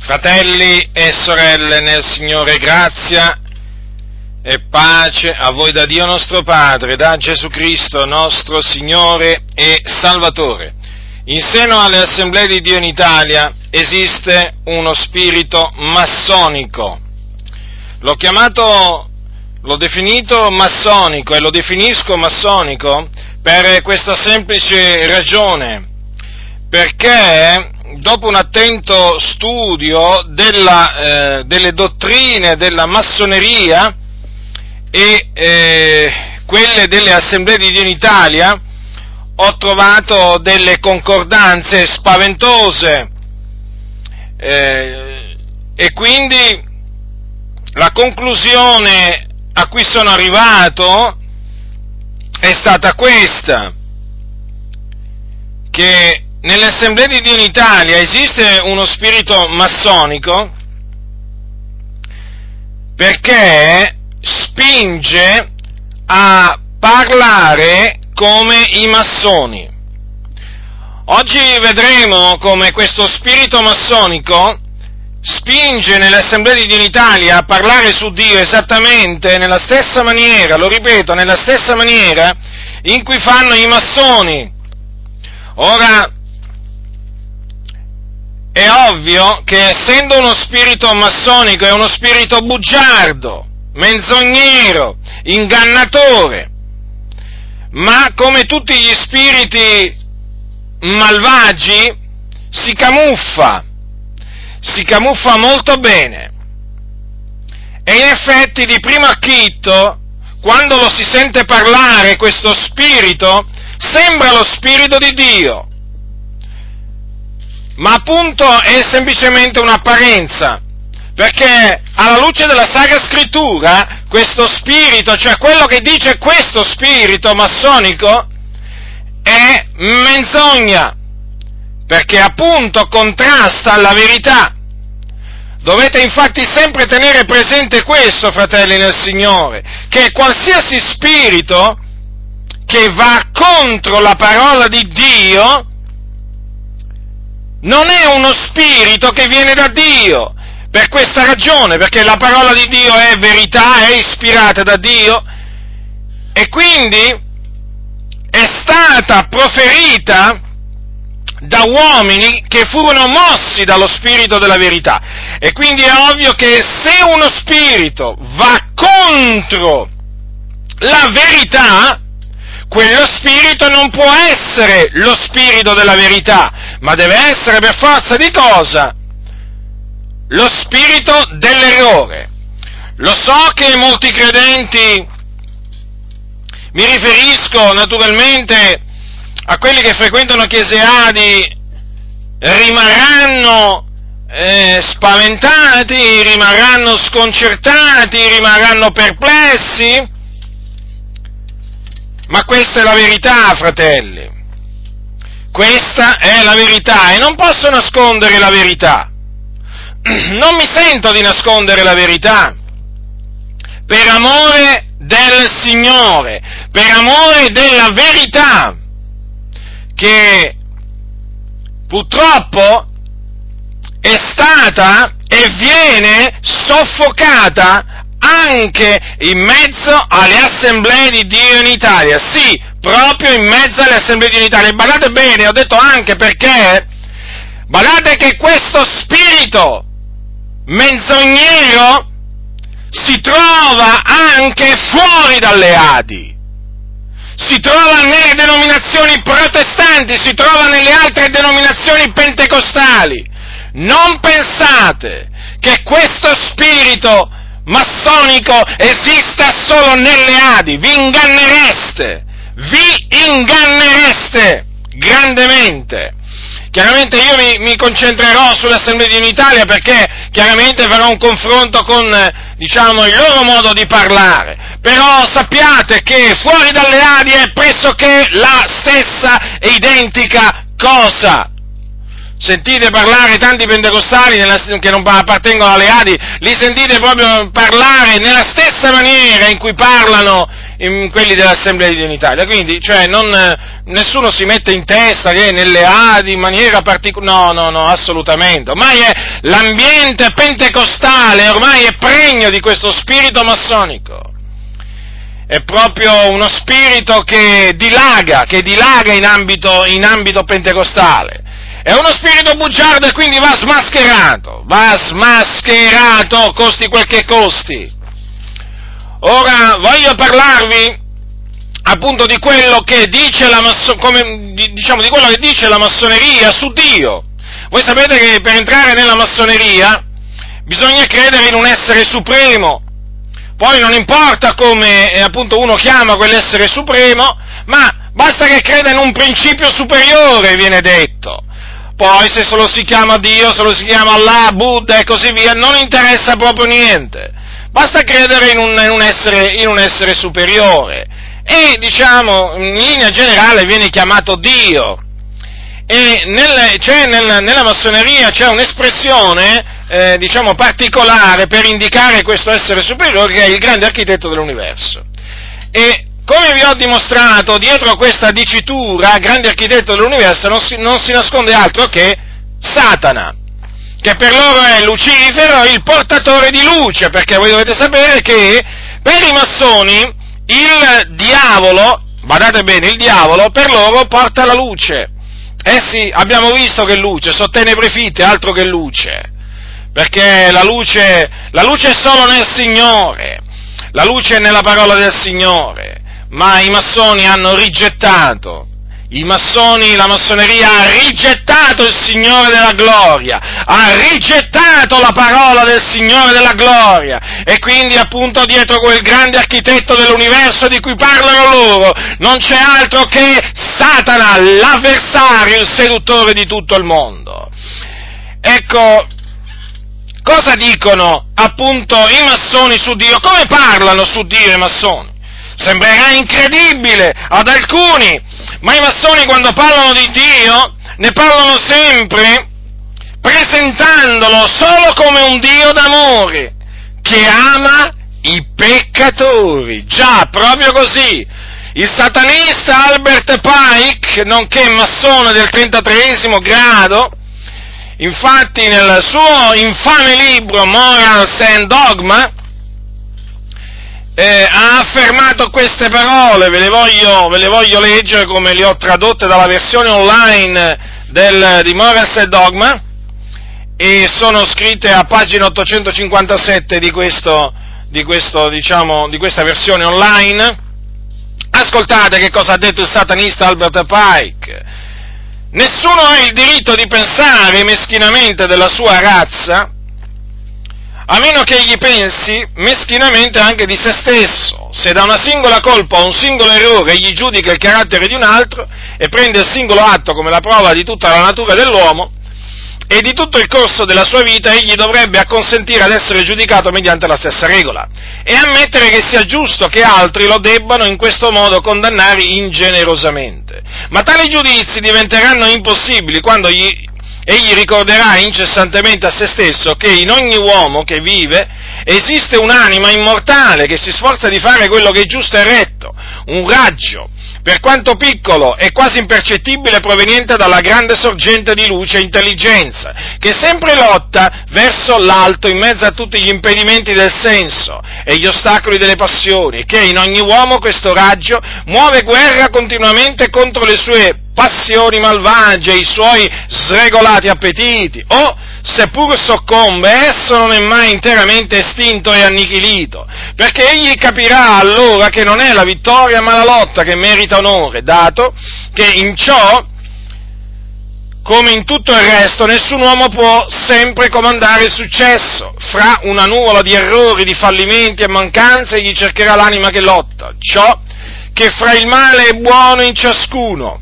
Fratelli e sorelle nel Signore, grazia e pace a voi da Dio nostro Padre, da Gesù Cristo nostro Signore e Salvatore. In seno alle Assemblee di Dio in Italia esiste uno spirito massonico. L'ho definito massonico e lo definisco massonico per questa semplice ragione, perché dopo un attento studio delle dottrine della massoneria e quelle delle Assemblee di Dio in Italia, ho trovato delle concordanze spaventose e quindi la conclusione a cui sono arrivato è stata questa: che nelle Assemblee di Dio in Italia esiste uno spirito massonico perché spinge a parlare come i massoni. Oggi vedremo come questo spirito massonico spinge nelle Assemblee di Dio in Italia a parlare su Dio esattamente nella stessa maniera, lo ripeto, nella stessa maniera in cui fanno i massoni. Ora, è ovvio che essendo uno spirito massonico è uno spirito bugiardo, menzognero, ingannatore, ma come tutti gli spiriti malvagi si camuffa molto bene. E in effetti di primo acchito, quando lo si sente parlare questo spirito, sembra lo spirito di Dio, ma appunto è semplicemente un'apparenza, perché alla luce della Sacra Scrittura questo spirito, cioè quello che dice questo spirito massonico, è menzogna, perché appunto contrasta la verità. Dovete infatti sempre tenere presente questo, fratelli nel Signore, che qualsiasi spirito che va contro la parola di Dio non è uno spirito che viene da Dio, per questa ragione, perché la parola di Dio è verità, è ispirata da Dio, e quindi è stata proferita da uomini che furono mossi dallo spirito della verità, e quindi è ovvio che se uno spirito va contro la verità, quello spirito non può essere lo spirito della verità, ma deve essere per forza di cosa? Lo spirito dell'errore. Lo so che molti credenti, mi riferisco naturalmente a quelli che frequentano chiese Adi, rimarranno spaventati, rimarranno sconcertati, rimarranno perplessi, ma questa è la verità, fratelli. Questa è la verità e non posso nascondere la verità. Non mi sento di nascondere la verità. Per amore del Signore, per amore della verità, che purtroppo è stata e viene soffocata anche in mezzo alle Assemblee di Dio in Italia. Sì, proprio in mezzo alle Assemblee di Dio in Italia. E badate bene, ho detto anche perché, badate che questo spirito menzognero si trova anche fuori dalle Adi, si trova nelle denominazioni protestanti, si trova nelle altre denominazioni pentecostali. Non pensate che questo spirito massonico esista solo nelle Adi, vi ingannereste grandemente. Chiaramente io mi concentrerò sull'Assemblea di Dio in Italia perché chiaramente farò un confronto con, il loro modo di parlare, però sappiate che fuori dalle Adi è pressoché la stessa e identica cosa. Sentite parlare tanti pentecostali che non appartengono alle Adi, li sentite proprio parlare nella stessa maniera in cui parlano quelli dell'Assemblea di Dio in Italia. Quindi, nessuno si mette in testa che nelle Adi in maniera particolare, no, assolutamente. Ormai l'ambiente pentecostale ormai è pregno di questo spirito massonico. È proprio uno spirito che dilaga in ambito pentecostale. È uno spirito bugiardo e quindi va smascherato, costi quel che costi. Ora voglio parlarvi appunto di quello che dice di quello che dice la massoneria su Dio. Voi sapete che per entrare nella massoneria bisogna credere in un essere supremo. Poi non importa come appunto uno chiama quell'essere supremo, ma basta che creda in un principio superiore, viene detto. Poi se solo si chiama Dio, solo si chiama Allah, Buddha e così via, non interessa proprio niente. Basta credere in un essere superiore. E in linea generale viene chiamato Dio. E nella massoneria c'è un'espressione particolare per indicare questo essere superiore, che è il grande architetto dell'universo. E come vi ho dimostrato, dietro questa dicitura, grande architetto dell'universo, non si nasconde altro che Satana, che per loro è Lucifero, il portatore di luce, perché voi dovete sapere che per i massoni il diavolo, badate bene, il diavolo per loro porta la luce. Sì, abbiamo visto che luce, sottenebre fitte, altro che luce, perché la luce è solo nel Signore, la luce è nella parola del Signore, ma i massoni hanno rigettato, la massoneria ha rigettato il Signore della gloria, ha rigettato la parola del Signore della gloria, e quindi appunto dietro quel grande architetto dell'universo di cui parlano loro non c'è altro che Satana, l'avversario, il seduttore di tutto il mondo. Ecco, cosa dicono appunto i massoni su Dio? Come parlano su Dio i massoni? Sembrerà incredibile ad alcuni, ma i massoni quando parlano di Dio ne parlano sempre presentandolo solo come un Dio d'amore che ama i peccatori. Già, proprio così. Il satanista Albert Pike, nonché massone del 33esimo grado, infatti nel suo infame libro Morals and Dogma ha affermato queste parole, ve le voglio leggere come le ho tradotte dalla versione online di Morals and Dogma, e sono scritte a pagina 857 di questa versione online. Ascoltate che cosa ha detto il satanista Albert Pike. Nessuno ha il diritto di pensare meschinamente della sua razza, a meno che egli pensi meschinamente anche di se stesso. Se da una singola colpa o un singolo errore egli giudica il carattere di un altro e prende il singolo atto come la prova di tutta la natura dell'uomo e di tutto il corso della sua vita, egli dovrebbe acconsentire ad essere giudicato mediante la stessa regola e ammettere che sia giusto che altri lo debbano in questo modo condannare ingenerosamente. Ma tali giudizi diventeranno impossibili quando egli ricorderà incessantemente a se stesso che in ogni uomo che vive esiste un'anima immortale che si sforza di fare quello che è giusto e retto, un raggio, per quanto piccolo e quasi impercettibile, proveniente dalla grande sorgente di luce e intelligenza, che sempre lotta verso l'alto in mezzo a tutti gli impedimenti del senso e gli ostacoli delle passioni, che in ogni uomo questo raggio muove guerra continuamente contro le sue passioni malvagie, i suoi sregolati appetiti, o, seppur soccombe, esso non è mai interamente estinto e annichilito, perché egli capirà allora che non è la vittoria ma la lotta che merita onore, dato che in ciò, come in tutto il resto, nessun uomo può sempre comandare il successo. Fra una nuvola di errori, di fallimenti e mancanze egli cercherà l'anima che lotta, ciò che fra il male è buono in ciascuno,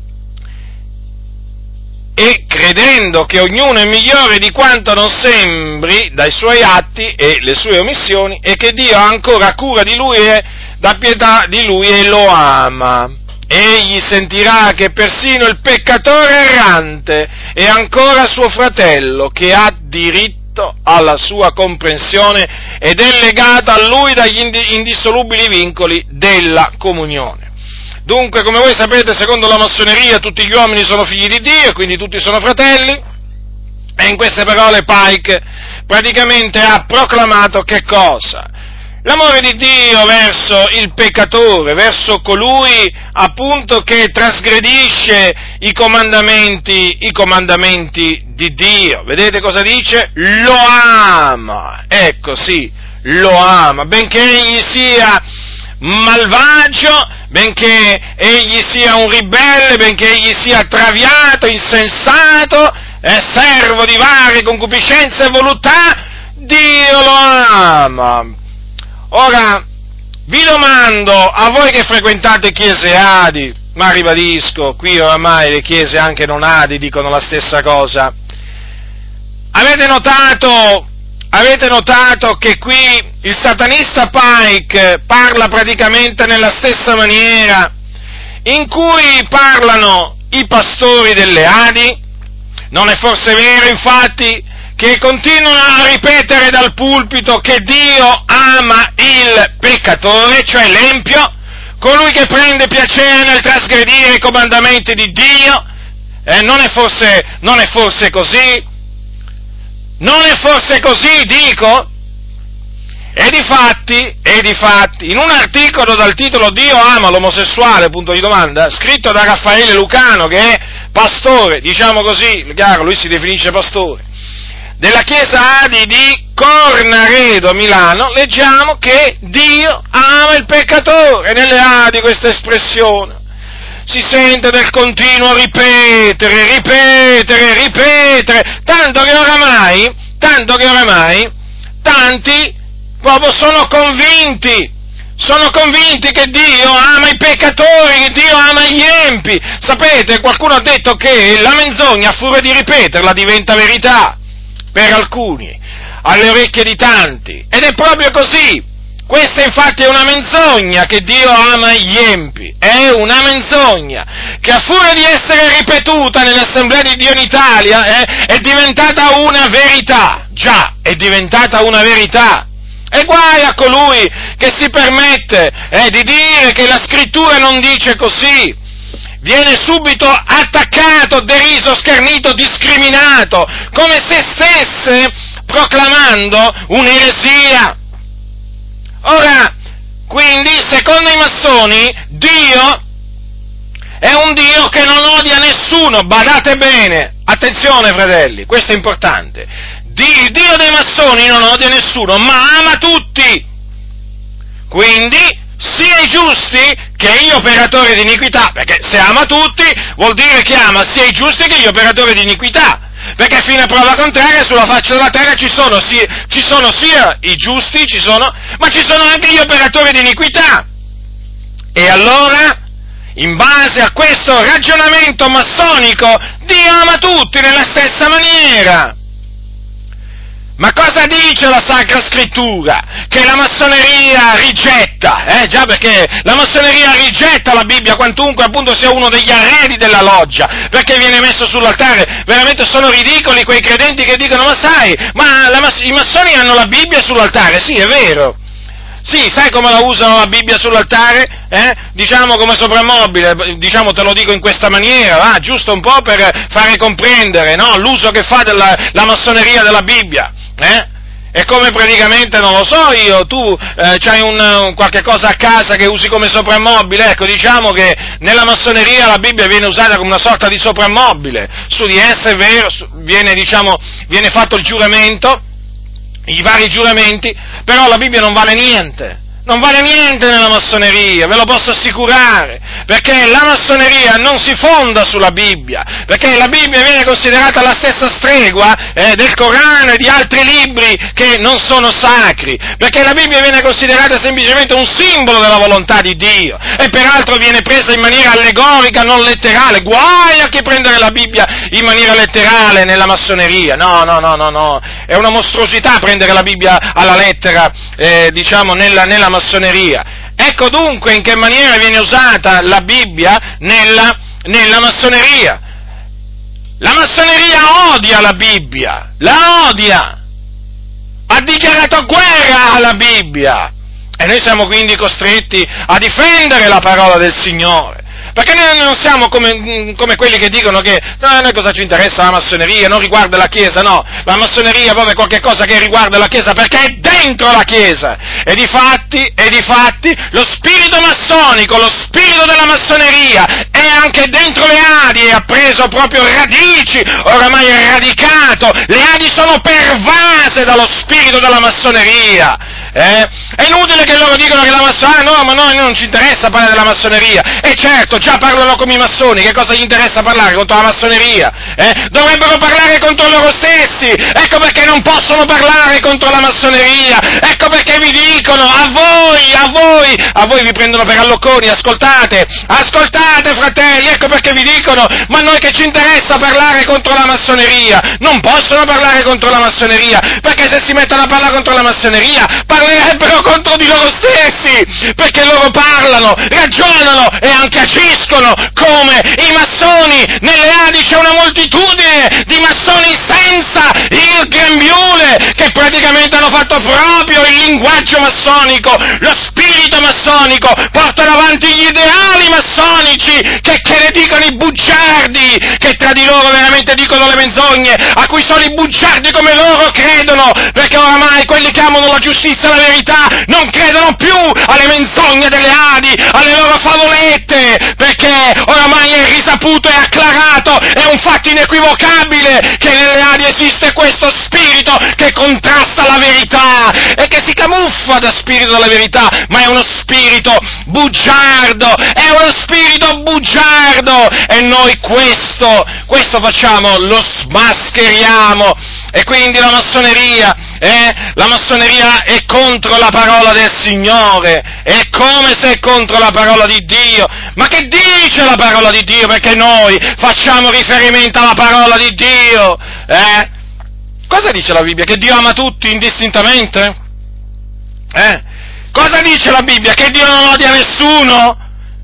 e credendo che ognuno è migliore di quanto non sembri dai suoi atti e le sue omissioni, e che Dio ha ancora cura di lui e dà pietà di lui e lo ama. egli sentirà che persino il peccatore errante è ancora suo fratello, che ha diritto alla sua comprensione ed è legato a lui dagli indissolubili vincoli della comunione. Dunque, come voi sapete, secondo la massoneria tutti gli uomini sono figli di Dio, quindi tutti sono fratelli, e in queste parole Pike praticamente ha proclamato che cosa? L'amore di Dio verso il peccatore, verso colui appunto che trasgredisce i comandamenti di Dio. Vedete cosa dice? Lo ama, ecco sì, lo ama, benché egli sia malvagio, benché egli sia un ribelle, benché egli sia traviato, insensato, servo di varie concupiscenze e voluttà, Dio lo ama. Ora, vi domando, a voi che frequentate chiese Adi, ma ribadisco, qui oramai le chiese anche non Adi dicono la stessa cosa, avete notato che qui il satanista Pike parla praticamente nella stessa maniera in cui parlano i pastori delle Adi? Non è forse vero, infatti, che continuano a ripetere dal pulpito che Dio ama il peccatore, cioè l'empio, colui che prende piacere nel trasgredire i comandamenti di Dio? Non è forse così? Non è forse così, dico? E difatti, in un articolo dal titolo Dio ama l'omosessuale, punto di domanda, scritto da Raffaele Lucano, che è pastore, diciamo così, chiaro, lui si definisce pastore, della chiesa Adi di Cornaredo, Milano, leggiamo che Dio ama il peccatore. Nelle Adi questa espressione si sente del continuo ripetere, tanto che oramai tanti proprio sono convinti che Dio ama i peccatori, che Dio ama gli empi. Sapete, qualcuno ha detto che la menzogna, a furia di ripeterla, diventa verità per alcuni, alle orecchie di tanti, ed è proprio così. Questa infatti è una menzogna, che Dio ama gli empi, è una menzogna che a furia di essere ripetuta nell'Assemblea di Dio in Italia è diventata una verità, già, è diventata una verità. E guai a colui che si permette di dire che la Scrittura non dice così. Viene subito attaccato, deriso, schernito, discriminato, come se stesse proclamando un'eresia. Ora, quindi, secondo i massoni, Dio è un Dio che non odia nessuno, badate bene, attenzione fratelli, questo è importante. Il Dio dei massoni non odia nessuno, ma ama tutti. Quindi, sia i giusti che gli operatori di iniquità, perché se ama tutti vuol dire che ama sia i giusti che gli operatori di iniquità, perché fino a prova contraria sulla faccia della terra ci sono sia i giusti, ma ci sono anche gli operatori di iniquità. E allora, in base a questo ragionamento massonico, Dio ama tutti nella stessa maniera. Ma cosa dice la Sacra Scrittura? Che la massoneria rigetta, già, perché la massoneria rigetta la Bibbia, quantunque appunto sia uno degli arredi della loggia, perché viene messo sull'altare. Veramente sono ridicoli quei credenti che dicono, ma sai, i massoni hanno la Bibbia sull'altare. Sì, è vero. Sì, sai come la usano la Bibbia sull'altare? Diciamo come soprammobile, diciamo te lo dico in questa maniera, va? Giusto un po' per fare comprendere, no? L'uso che fa la massoneria della Bibbia. È come praticamente, non lo so io, tu c'hai qualche cosa a casa che usi come soprammobile, ecco, diciamo che nella massoneria la Bibbia viene usata come una sorta di soprammobile, su di essa è vero, viene fatto il giuramento, i vari giuramenti, però la Bibbia non vale niente nella massoneria, ve lo posso assicurare, perché la massoneria non si fonda sulla Bibbia, perché la Bibbia viene considerata la stessa stregua del Corano e di altri libri che non sono sacri, perché la Bibbia viene considerata semplicemente un simbolo della volontà di Dio, e peraltro viene presa in maniera allegorica, non letterale. Guai a chi prendere la Bibbia in maniera letterale nella massoneria, no, è una mostruosità prendere la Bibbia alla lettera, nella massoneria. È Ecco dunque in che maniera viene usata la Bibbia nella massoneria. La massoneria odia la Bibbia, la odia, ha dichiarato guerra alla Bibbia, e noi siamo quindi costretti a difendere la parola del Signore. Perché noi non siamo come quelli che dicono che a noi cosa ci interessa la massoneria, non riguarda la Chiesa, no, la massoneria proprio è qualche cosa che riguarda la Chiesa, perché è dentro la Chiesa, e difatti, lo spirito massonico, lo spirito della massoneria è anche dentro le Adi, e ha preso proprio radici, oramai è radicato, le Adi sono pervase dallo spirito della massoneria. È inutile che loro dicono che la massoneria, no, ma noi non ci interessa parlare della massoneria, e certo, già parlano come i massoni, che cosa gli interessa parlare contro la massoneria? Dovrebbero parlare contro loro stessi, ecco perché non possono parlare contro la massoneria, ecco perché vi dicono, a voi vi prendono per allocconi, ascoltate fratelli, ecco perché vi dicono, ma a noi che ci interessa parlare contro la massoneria? Non possono parlare contro la massoneria, perché se si mettono a parlare contro la massoneria, parlerebbero contro di loro stessi, perché loro parlano, ragionano e anche agiscono come i massoni. Nelle Adi c'è una moltitudine di massoni senza il grembiule, che praticamente hanno fatto proprio il linguaggio massonico, lo spirito massonico, portano avanti gli ideali massonici, che ne dicono i bugiardi, che tra di loro veramente dicono le menzogne, a cui solo i bugiardi come loro credono, perché oramai quelli che amano la giustizia e la verità non credono più alle menzogne delle Adi, alle loro favolette, perché oramai è risaputo e acclarato, è un fatto inequivocabile che nelle Adi esiste questo spirito che contrasta la verità e che si camuffa da spirito della verità, ma è uno spirito bugiardo, e noi questo facciamo, lo smascheriamo, e quindi la massoneria è contro la parola del Signore, è come se è contro la parola di Dio. Ma che dice la parola di Dio? Perché noi facciamo riferimento alla parola di Dio, Cosa dice la Bibbia? Che Dio ama tutti indistintamente? Cosa dice la Bibbia? Che Dio non odia nessuno?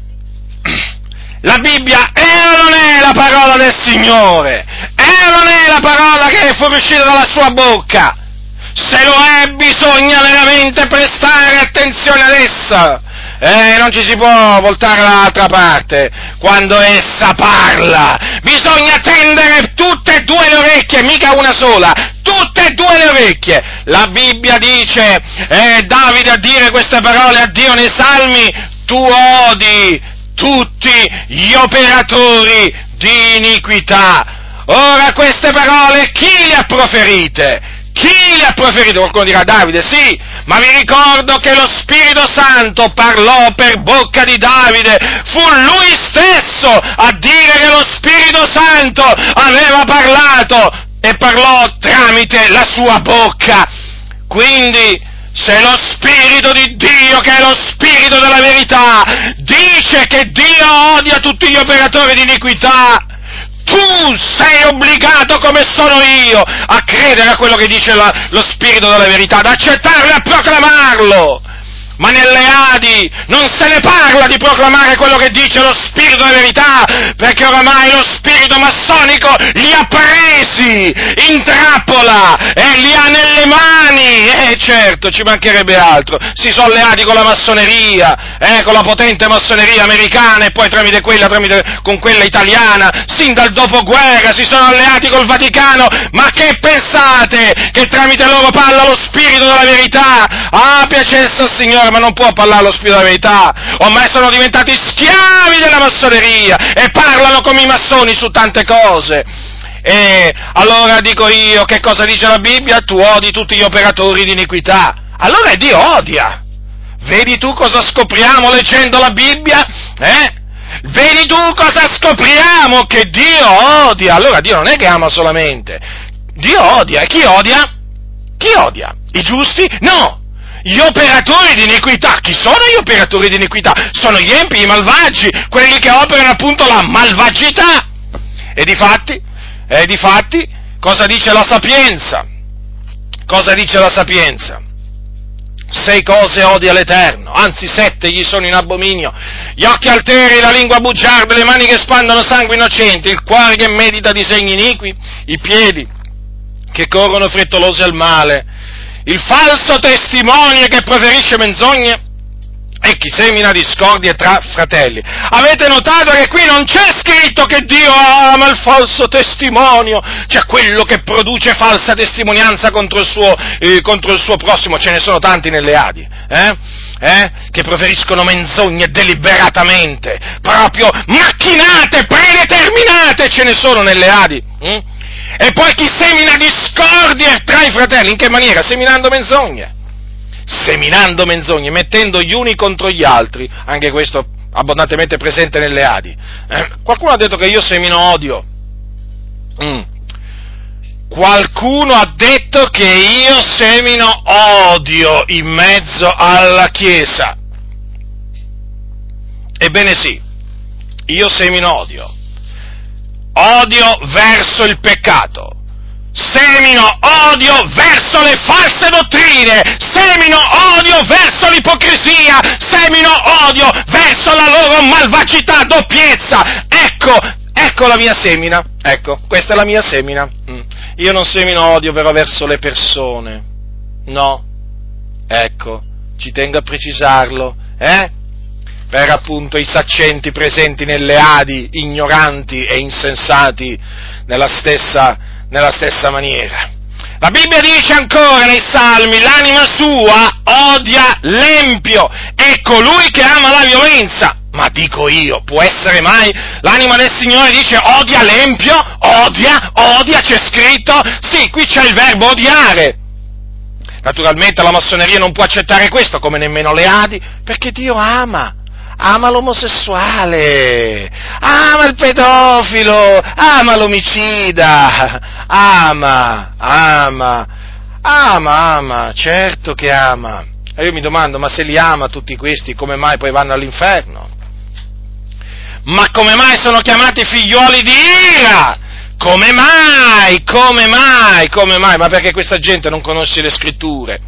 La Bibbia è o non è la parola del Signore? È o non è la parola che è fuoriuscita dalla sua bocca? Se lo è, bisogna veramente prestare attenzione ad essa. Non ci si può voltare dall'altra parte quando essa parla. Bisogna tendere tutte e due le orecchie, mica una sola, tutte e due le orecchie. La Bibbia dice, Davide a dire queste parole a Dio nei Salmi: tu odi tutti gli operatori di iniquità. Ora queste parole chi le ha proferite? Chi le ha proferite? Qualcuno dirà: Davide, sì, ma vi ricordo che lo Spirito Santo parlò per bocca di Davide, fu lui stesso a dire che lo Spirito Santo aveva parlato, e parlò tramite la sua bocca. Quindi, se lo Spirito di Dio, che è lo Spirito della verità, dice che Dio odia tutti gli operatori di iniquità, tu sei obbligato, come sono io, a credere a quello che dice lo Spirito della verità, ad accettarlo e a proclamarlo. Ma nelle Adi non se ne parla di proclamare quello che dice lo Spirito della verità, perché oramai lo spirito massonico li ha presi in trappola e li ha nelle mani. Certo, ci mancherebbe altro. Si sono alleati con la massoneria, con la potente massoneria americana, e poi tramite con quella italiana, sin dal dopoguerra si sono alleati col Vaticano. Ma che pensate? Che tramite loro parla lo Spirito della verità? Piacesse al Signore, ma non può parlare lo Spirito della verità. Ormai sono diventati schiavi della massoneria e parlano come i massoni su tante cose. E allora dico io, che cosa dice la Bibbia? Tu odi tutti gli operatori di iniquità. Allora Dio odia. Vedi tu cosa scopriamo leggendo la Bibbia? Vedi tu cosa scopriamo? Che Dio odia. Allora Dio non è che ama solamente. Dio odia. E chi odia? Chi odia? I giusti? No. Gli operatori di iniquità. Chi sono gli operatori di iniquità? Sono gli empi, i malvagi, quelli che operano appunto la malvagità. E difatti, cosa dice la Sapienza? Cosa dice la Sapienza? 6 cose odia l'Eterno, anzi 7 gli sono in abominio: gli occhi alteri, la lingua bugiarda, le mani che spandono sangue innocente, il cuore che medita disegni iniqui, i piedi che corrono frettolosi al male, il falso testimone che proferisce menzogne e chi semina discordie tra fratelli. Avete notato che qui non c'è scritto che Dio ama il falso testimonio, cioè quello che produce falsa testimonianza contro il suo prossimo. Ce ne sono tanti nelle Adi, che proferiscono menzogne deliberatamente, proprio macchinate, predeterminate, ce ne sono nelle Adi. E poi chi semina discordie tra i fratelli, in che maniera? Seminando menzogne, mettendo gli uni contro gli altri, anche questo abbondantemente presente nelle Adi. Qualcuno ha detto che io semino odio. Qualcuno ha detto che io semino odio in mezzo alla Chiesa. Ebbene sì, io semino odio verso il peccato. Semino odio verso le false dottrine, semino odio verso l'ipocrisia, semino odio verso la loro malvagità, doppiezza. Ecco la mia semina, questa è la mia semina. Io non semino odio però verso le persone, no, ci tengo a precisarlo, per appunto i saccenti presenti nelle Adi, ignoranti e insensati nella stessa maniera. La Bibbia dice ancora nei Salmi: l'anima sua odia l'empio e colui che ama la violenza. Ma dico io, può essere mai? L'anima del Signore dice odia l'empio? Odia, c'è scritto? Sì, qui c'è il verbo odiare. Naturalmente la massoneria non può accettare questo, come nemmeno le Adi, perché Dio ama l'omosessuale, ama il pedofilo, ama l'omicida, ama, certo che ama. E io mi domando, ma se li ama tutti questi, come mai poi vanno all'inferno? Ma come mai sono chiamati figliuoli di ira? Come mai? Ma perché questa gente non conosce le scritture?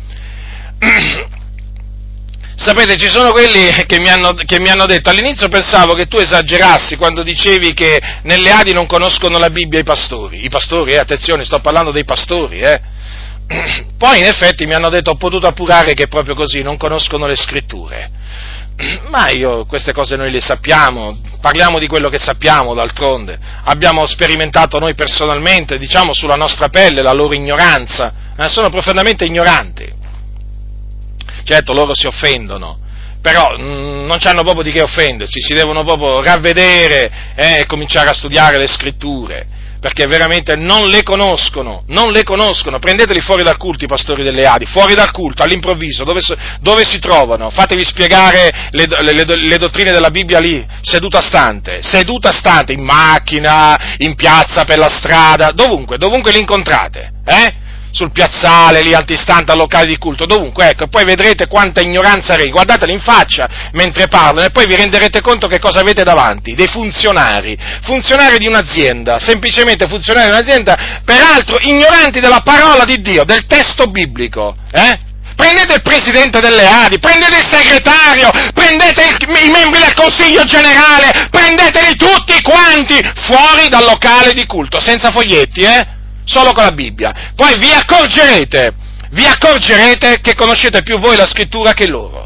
Sapete, ci sono quelli che mi hanno detto: all'inizio pensavo che tu esagerassi quando dicevi che nelle Adi non conoscono la Bibbia i pastori, attenzione, sto parlando dei pastori, Poi in effetti mi hanno detto, ho potuto appurare che è proprio così, non conoscono le scritture. Ma queste cose noi le sappiamo, parliamo di quello che sappiamo, d'altronde. Abbiamo sperimentato noi personalmente, diciamo sulla nostra pelle, la loro ignoranza, sono profondamente ignoranti. Certo, loro si offendono, però non c'hanno proprio di che offendersi, si devono proprio ravvedere e cominciare a studiare le scritture, perché veramente non le conoscono, prendeteli fuori dal culto i pastori delle Adi, fuori dal culto, all'improvviso, dove si trovano, fatevi spiegare le dottrine della Bibbia lì, seduta stante, in macchina, in piazza, per la strada, dovunque li incontrate, sul piazzale, lì antistante al locale di culto, dovunque, e poi vedrete quanta ignoranza guardateli in faccia mentre parlano e poi vi renderete conto che cosa avete davanti, dei funzionari di un'azienda, semplicemente funzionari di un'azienda, peraltro ignoranti della parola di Dio, del testo biblico, Prendete il presidente delle Adi, prendete il segretario, prendete i membri del consiglio generale, prendeteli tutti quanti fuori dal locale di culto, senza foglietti, solo con la Bibbia. Poi vi accorgerete che conoscete più voi la scrittura che loro.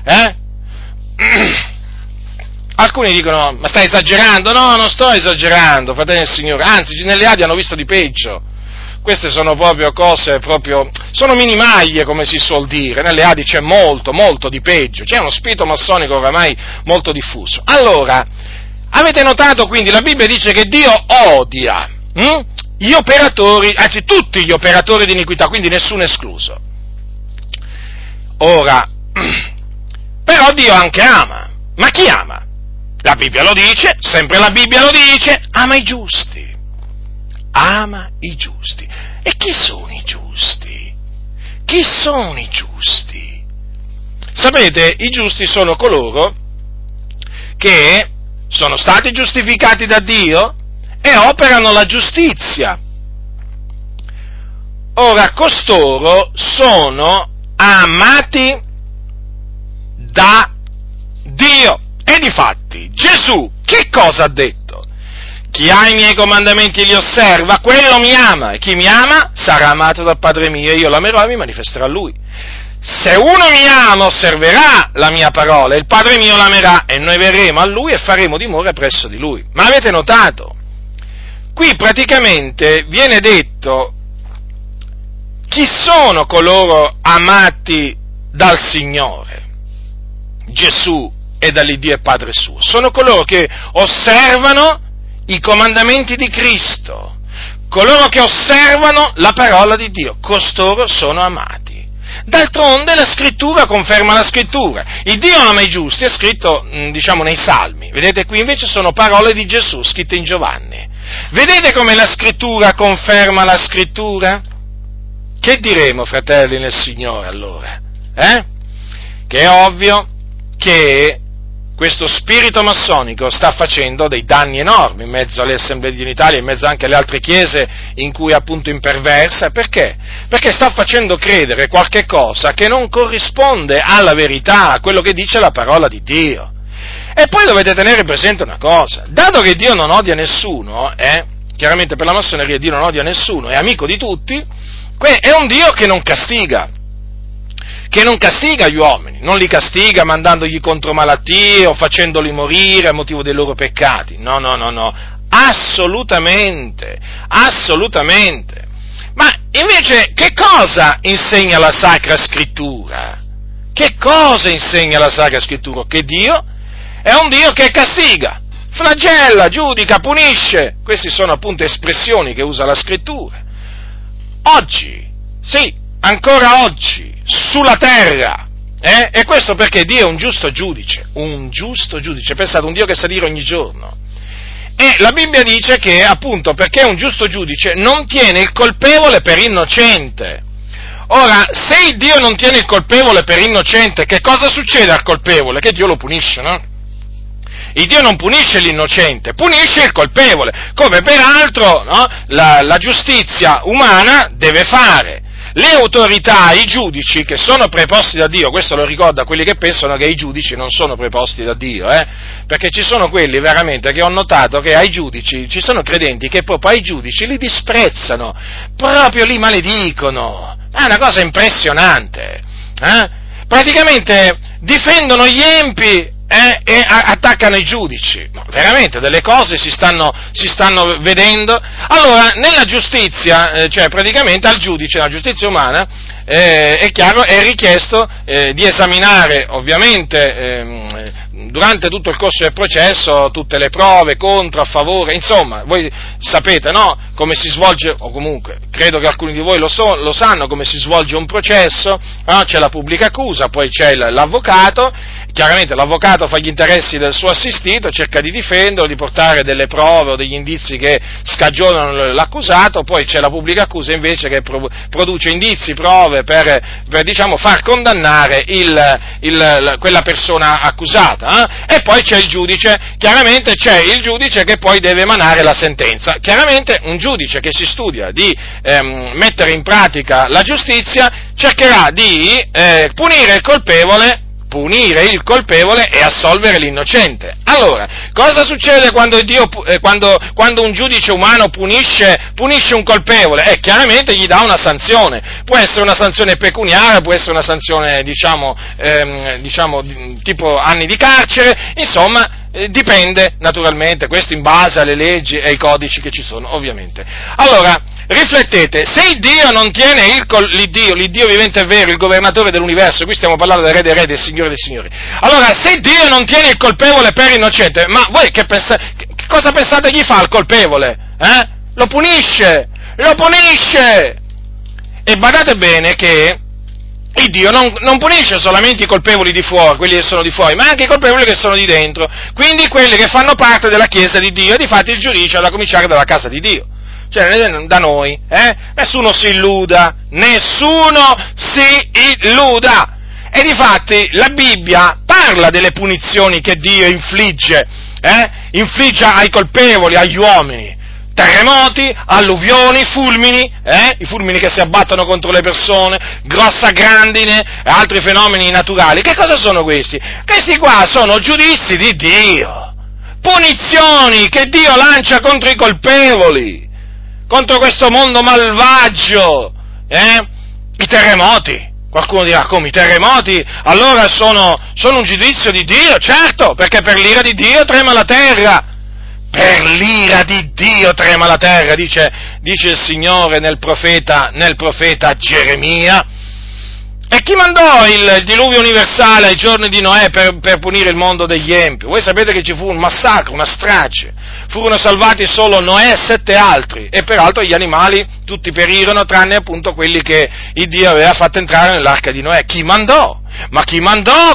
Alcuni dicono, ma stai esagerando? No, non sto esagerando, fratelli del Signore, anzi, nelle Adi hanno visto di peggio. Queste sono proprio cose, sono minimaglie, come si suol dire, nelle Adi c'è molto, molto di peggio, c'è uno spirito massonico oramai molto diffuso. Allora, avete notato quindi, la Bibbia dice che Dio odia, gli operatori, anzi tutti gli operatori di iniquità, quindi nessuno escluso. Ora, però Dio anche ama. Ma chi ama? La Bibbia lo dice, sempre la Bibbia lo dice, ama i giusti. Ama i giusti. E chi sono i giusti? Chi sono i giusti? Sapete, i giusti sono coloro che sono stati giustificati da Dio e operano la giustizia. Ora, costoro sono amati da Dio. E difatti Gesù che cosa ha detto? Chi ha i miei comandamenti e li osserva, quello mi ama, e chi mi ama sarà amato dal Padre mio, e io l'amerò e mi manifesterò a lui. Se uno mi ama, osserverà la mia parola, e il Padre mio l'amerà, e noi verremo a lui e faremo dimora presso di lui. Ma avete notato? Qui praticamente viene detto chi sono coloro amati dal Signore, Gesù e dall'Iddio e Padre suo. Sono coloro che osservano i comandamenti di Cristo, coloro che osservano la parola di Dio, costoro sono amati. D'altronde la Scrittura conferma la Scrittura. Il Dio ama i giusti, è scritto, nei Salmi. Vedete, qui invece sono parole di Gesù, scritte in Giovanni. Vedete come la Scrittura conferma la Scrittura? Che diremo, fratelli nel Signore, allora? Che è ovvio che questo spirito massonico sta facendo dei danni enormi in mezzo alle assemblee di Italia, in mezzo anche alle altre chiese in cui appunto imperversa. Perché? Perché sta facendo credere qualche cosa che non corrisponde alla verità, a quello che dice la parola di Dio. E poi dovete tenere presente una cosa: dato che Dio non odia nessuno, chiaramente per la massoneria Dio non odia nessuno, è amico di tutti, è un Dio che non castiga gli uomini, non li castiga mandandogli contro malattie o facendoli morire a motivo dei loro peccati, no, assolutamente. Ma invece che cosa insegna la Sacra Scrittura? Che cosa insegna la Sacra Scrittura? Che Dio è un Dio che castiga, flagella, giudica, punisce. Queste sono appunto espressioni che usa la Scrittura. Oggi, sì, ancora oggi, sulla terra, e questo perché Dio è un giusto giudice, pensate, un Dio che sa dire ogni giorno, e la Bibbia dice che appunto perché è un giusto giudice non tiene il colpevole per innocente. Ora, se il Dio non tiene il colpevole per innocente, che cosa succede al colpevole? Che Dio lo punisce, no? Il Dio non punisce l'innocente, punisce il colpevole, come peraltro, no, la giustizia umana deve fare. Le autorità, i giudici che sono preposti da Dio, questo lo ricordo a quelli che pensano che i giudici non sono preposti da Dio, perché ci sono quelli veramente che ho notato che ai giudici, ci sono credenti che proprio ai giudici li disprezzano, proprio li maledicono, è una cosa impressionante, praticamente difendono gli empi e attaccano i giudici. No, veramente delle cose si stanno vedendo. Allora, nella giustizia, cioè praticamente al giudice, nella giustizia umana, è chiaro, è richiesto di esaminare ovviamente durante tutto il corso del processo tutte le prove contro, a favore, insomma, voi sapete, no? Come si svolge, o comunque credo che alcuni di voi lo sanno, come si svolge un processo, no? C'è la pubblica accusa, poi c'è l'avvocato. Chiaramente l'avvocato fa gli interessi del suo assistito, cerca di difenderlo, di portare delle prove o degli indizi che scagionano l'accusato, poi c'è la pubblica accusa invece che produce indizi, prove per diciamo far condannare quella persona accusata, e poi c'è il giudice, chiaramente c'è il giudice che poi deve emanare la sentenza. Chiaramente un giudice che si studia di mettere in pratica la giustizia cercherà di punire il colpevole e assolvere l'innocente. Allora, cosa succede quando un giudice umano punisce un colpevole? Chiaramente gli dà una sanzione. Può essere una sanzione pecuniaria, può essere una sanzione, tipo anni di carcere, insomma, dipende naturalmente, questo in base alle leggi e ai codici che ci sono, ovviamente. Allora, riflettete, se il Dio non tiene l'Iddio vivente e vero, il governatore dell'universo, qui stiamo parlando del Re dei Re, del Signore dei Signori, allora se Dio non tiene il colpevole per innocente, ma voi che cosa pensate gli fa al colpevole? Lo punisce! E badate bene che il Dio non punisce solamente i colpevoli di fuori, quelli che sono di fuori, ma anche i colpevoli che sono di dentro, quindi quelli che fanno parte della Chiesa di Dio, e difatti il giudizio è da cominciare dalla casa di Dio. Cioè, da noi, nessuno si illuda, e difatti la Bibbia parla delle punizioni che Dio infligge ai colpevoli, agli uomini, terremoti, alluvioni, fulmini, i fulmini che si abbattono contro le persone, grossa grandine, e altri fenomeni naturali. Che cosa sono questi? Questi qua sono giudizi di Dio, punizioni che Dio lancia contro i colpevoli, contro questo mondo malvagio, I terremoti. Qualcuno dirà, come i terremoti? Allora sono un giudizio di Dio? Certo, perché per l'ira di Dio trema la terra. Per l'ira di Dio trema la terra, dice il Signore nel profeta Geremia. E chi mandò il diluvio universale ai giorni di Noè per punire il mondo degli empi? Voi sapete che ci fu un massacro, una strage. Furono salvati solo Noè e 7 altri, e peraltro gli animali tutti perirono, tranne appunto quelli che il Dio aveva fatto entrare nell'arca di Noè. Chi mandò? Ma chi mandò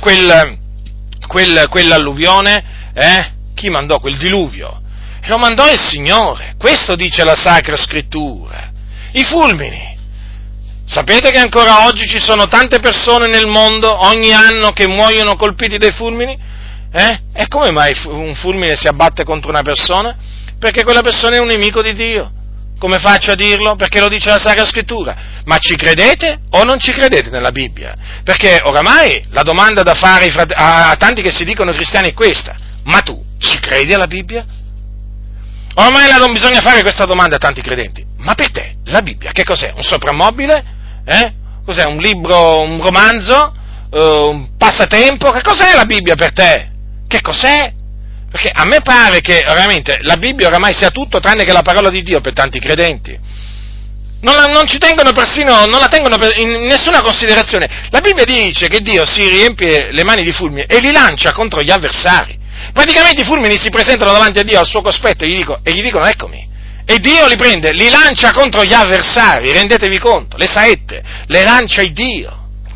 quell'alluvione? Chi mandò quel diluvio? Lo mandò il Signore. Questo dice la Sacra Scrittura. I fulmini. Sapete che ancora oggi ci sono tante persone nel mondo, ogni anno, che muoiono colpiti dai fulmini? E come mai un fulmine si abbatte contro una persona? Perché quella persona è un nemico di Dio. Come faccio a dirlo? Perché lo dice la Sacra Scrittura. Ma ci credete o non ci credete nella Bibbia? Perché oramai la domanda da fare a tanti che si dicono cristiani è questa: ma tu ci credi alla Bibbia? Ormai non bisogna fare questa domanda a tanti credenti. Ma per te la Bibbia che cos'è? Un soprammobile? Cos'è? Un libro, un romanzo? Un passatempo? Che cos'è la Bibbia per te? Che cos'è? Perché a me pare che veramente la Bibbia oramai sia tutto tranne che la parola di Dio per tanti credenti. Non ci tengono persino, non la tengono in nessuna considerazione. La Bibbia dice che Dio si riempie le mani di fulmini e li lancia contro gli avversari. Praticamente i fulmini si presentano davanti a Dio al suo cospetto e gli dicono eccomi. E Dio li prende, li lancia contro gli avversari, rendetevi conto, le saette, le lancia il Dio.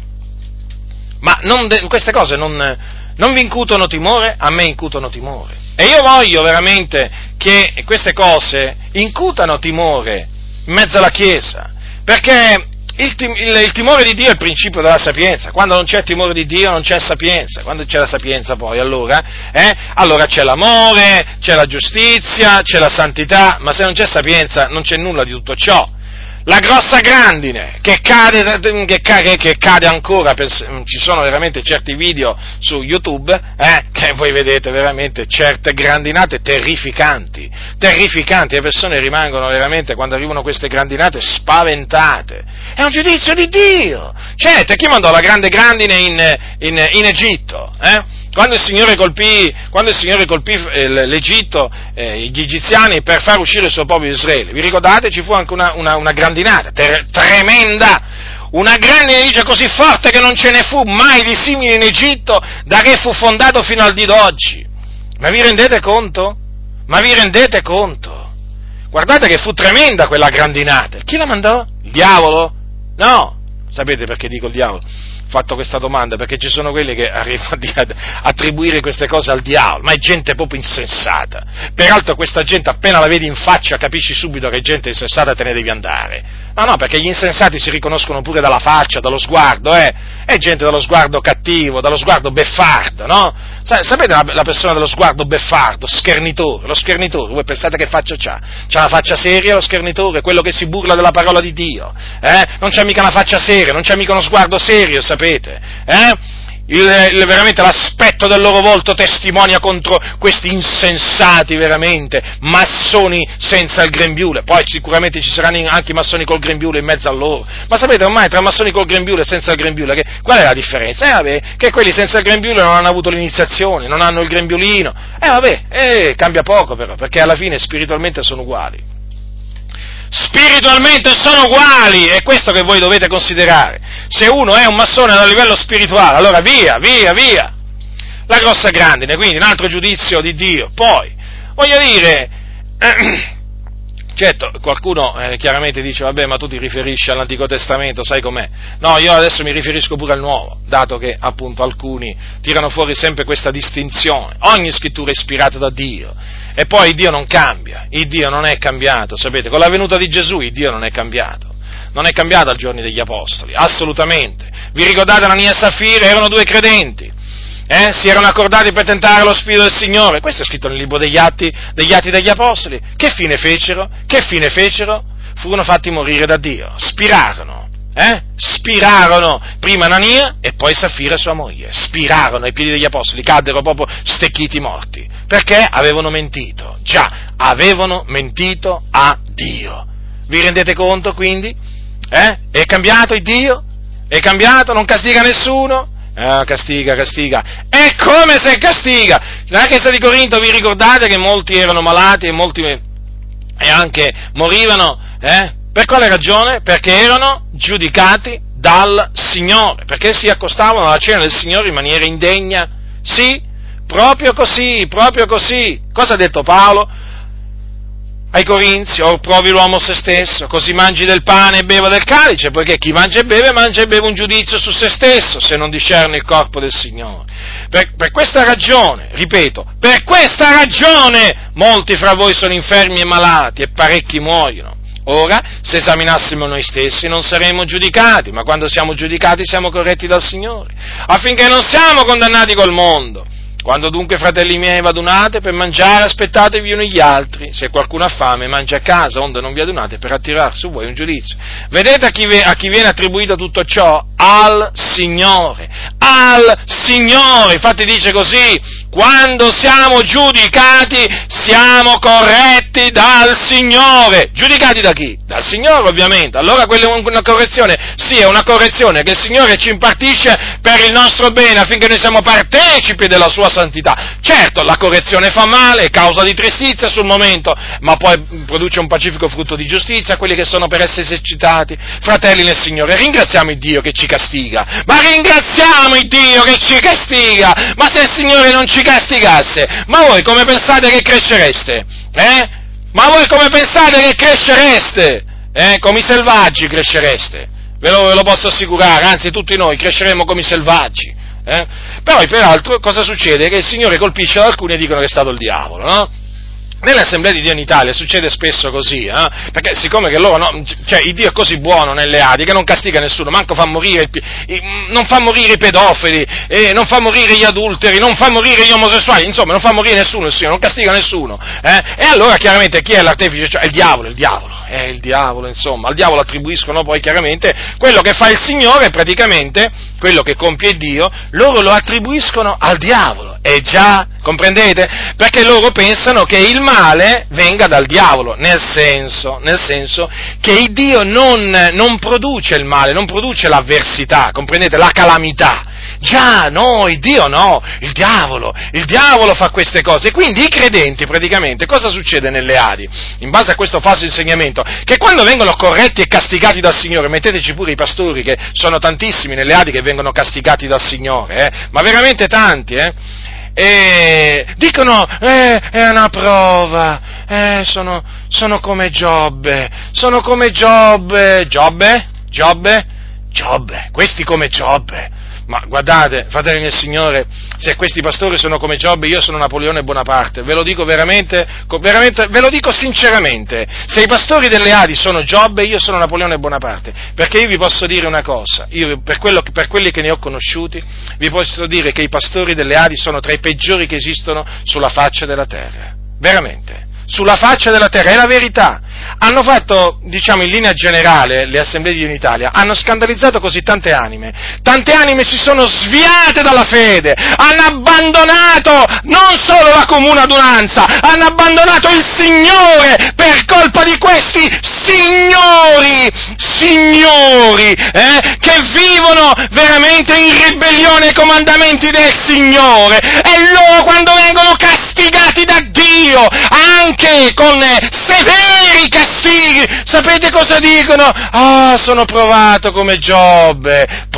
Ma queste cose non vi incutono timore? A me incutono timore. E io voglio veramente che queste cose incutano timore in mezzo alla Chiesa, perché il timore di Dio è il principio della sapienza. Quando non c'è timore di Dio non c'è sapienza. Quando c'è la sapienza poi allora c'è l'amore, c'è la giustizia, c'è la santità, ma se non c'è sapienza non c'è nulla di tutto ciò. La grossa grandine che cade ancora, ci sono veramente certi video su YouTube che voi vedete veramente certe grandinate terrificanti, le persone rimangono veramente, quando arrivano queste grandinate, spaventate. È un giudizio di Dio. Certo, chi mandò la grande grandine in Egitto? Quando il Signore colpì l'Egitto, gli egiziani, per far uscire il suo popolo di Israele, vi ricordate? Ci fu anche una grandinata tremenda, una grandine, dice, così forte che non ce ne fu mai di simile in Egitto da che fu fondato fino al dì d'oggi. Ma vi rendete conto? Guardate che fu tremenda quella grandinata. Chi la mandò? Il diavolo? No. Sapete perché dico il diavolo? Ho fatto questa domanda perché ci sono quelli che arrivano ad attribuire queste cose al diavolo, ma è gente proprio insensata. Peraltro questa gente, appena la vedi in faccia, capisci subito che è gente insensata e te ne devi andare. No, perché gli insensati si riconoscono pure dalla faccia, dallo sguardo, È gente dallo sguardo cattivo, dallo sguardo beffardo, no? Sapete la persona dello sguardo beffardo, schernitore, lo schernitore, voi pensate che faccia c'ha? C'ha una faccia seria lo schernitore, quello che si burla della parola di Dio, Non c'ha mica una faccia seria, non c'ha mica uno sguardo serio, sapete, veramente l'aspetto del loro volto testimonia contro questi insensati, veramente, massoni senza il grembiule. Poi sicuramente ci saranno anche i massoni col grembiule in mezzo a loro, ma sapete ormai tra massoni col grembiule e senza il grembiule, qual è la differenza? Che quelli senza il grembiule non hanno avuto l'iniziazione, non hanno il grembiulino, cambia poco però, perché alla fine spiritualmente sono uguali. Spiritualmente sono uguali, è questo che voi dovete considerare. Se uno è un massone a livello spirituale, allora via. La grossa grandine, quindi un altro giudizio di Dio. Poi, voglio dire, certo, qualcuno chiaramente dice, vabbè, ma tu ti riferisci all'Antico Testamento, sai com'è? No, io adesso mi riferisco pure al Nuovo, dato che appunto alcuni tirano fuori sempre questa distinzione. Ogni scrittura è ispirata da Dio. E poi il Dio non cambia, il Dio non è cambiato, sapete, con la venuta di Gesù il Dio non è cambiato ai giorni degli Apostoli, assolutamente. Vi ricordate Anania e Saffira? Erano due credenti, si erano accordati per tentare lo Spirito del Signore. Questo è scritto nel libro degli Atti degli Apostoli. Che fine fecero? Furono fatti morire da Dio, spirarono. Spirarono prima Anania e poi Safira sua moglie, spirarono ai piedi degli apostoli, caddero proprio stecchiti morti, perché avevano mentito, avevano mentito a Dio. Vi rendete conto quindi? È cambiato il Dio? È cambiato? Non castiga nessuno? Castiga. È come se castiga. Nella Chiesa di Corinto vi ricordate che molti erano malati e anche morivano, Per quale ragione? Perché erano giudicati dal Signore, perché si accostavano alla cena del Signore in maniera indegna. Sì, proprio così. Cosa ha detto Paolo ai Corinzi? Or provi l'uomo se stesso, così mangi del pane e beva del calice, poiché chi mangia e beve un giudizio su se stesso, se non discerne il corpo del Signore. Per questa ragione, ripeto, molti fra voi sono infermi e malati e parecchi muoiono. Ora, se esaminassimo noi stessi non saremmo giudicati, ma quando siamo giudicati siamo corretti dal Signore, affinché non siamo condannati col mondo. Quando dunque, fratelli miei, v'adunate per mangiare, aspettatevi uni gli altri. Se qualcuno ha fame, mangia a casa, onde non vi adunate per attirar su voi un giudizio. Vedete a chi viene attribuito tutto ciò? Al Signore. Infatti dice così: quando siamo giudicati, siamo corretti dal Signore. Giudicati da chi? Dal Signore, ovviamente. Allora quella è una correzione? Sì, è una correzione che il Signore ci impartisce per il nostro bene, affinché noi siamo partecipi della sua santità. Certo, la correzione fa male, è causa di tristizia sul momento, ma poi produce un pacifico frutto di giustizia a quelli che sono per essere esercitati. Fratelli nel Signore, ringraziamo il Dio che ci castiga, ma se il Signore non ci castigasse, ma voi come pensate che crescereste? Come i selvaggi crescereste, ve lo posso assicurare, anzi tutti noi cresceremo come i selvaggi. Però peraltro cosa succede? Che il Signore colpisce ad alcuni e dicono che è stato il diavolo, no? Nelle assemblee di Dio in Italia succede spesso così, perché siccome che loro, il Dio è così buono nelle Adi che non castiga nessuno, manco non fa morire i pedofili, non fa morire gli adulteri, non fa morire gli omosessuali, insomma non fa morire nessuno, il Signore non castiga nessuno, e allora chiaramente chi è l'artefice? Cioè, è il diavolo, insomma, al diavolo attribuiscono poi chiaramente quello che fa il Signore, praticamente quello che compie Dio, loro lo attribuiscono al diavolo. Comprendete? Perché loro pensano che il male venga dal diavolo, nel senso che il Dio non produce il male, non produce l'avversità, comprendete? La calamità. Dio no, il diavolo fa queste cose, e quindi i credenti praticamente, cosa succede nelle Adi? In base a questo falso insegnamento, che quando vengono corretti e castigati dal Signore, metteteci pure i pastori, che sono tantissimi nelle Adi che vengono castigati dal Signore, ma veramente tanti, e dicono, è una prova, sono come Giobbe, questi come Giobbe. Ma guardate, fratelli del Signore, se questi pastori sono come Giobbe, io sono Napoleone Bonaparte, ve lo dico veramente, ve lo dico sinceramente, se i pastori delle Adi sono Giobbe, io sono Napoleone Bonaparte, perché io vi posso dire una cosa, io per quelli che ne ho conosciuti, vi posso dire che i pastori delle Adi sono tra i peggiori che esistono sulla faccia della terra, veramente. Sulla faccia della terra, è la verità. Hanno fatto, in linea generale, le assemblee di Dio in Italia, hanno scandalizzato così tante anime si sono sviate dalla fede, hanno abbandonato non solo la comune adunanza, hanno abbandonato il Signore per colpa di questi signori, che vivono veramente in ribellione ai comandamenti del Signore, e loro quando vengono castigati da Dio, anche con severi castighi, sapete cosa dicono? Sono provato come Giobbe.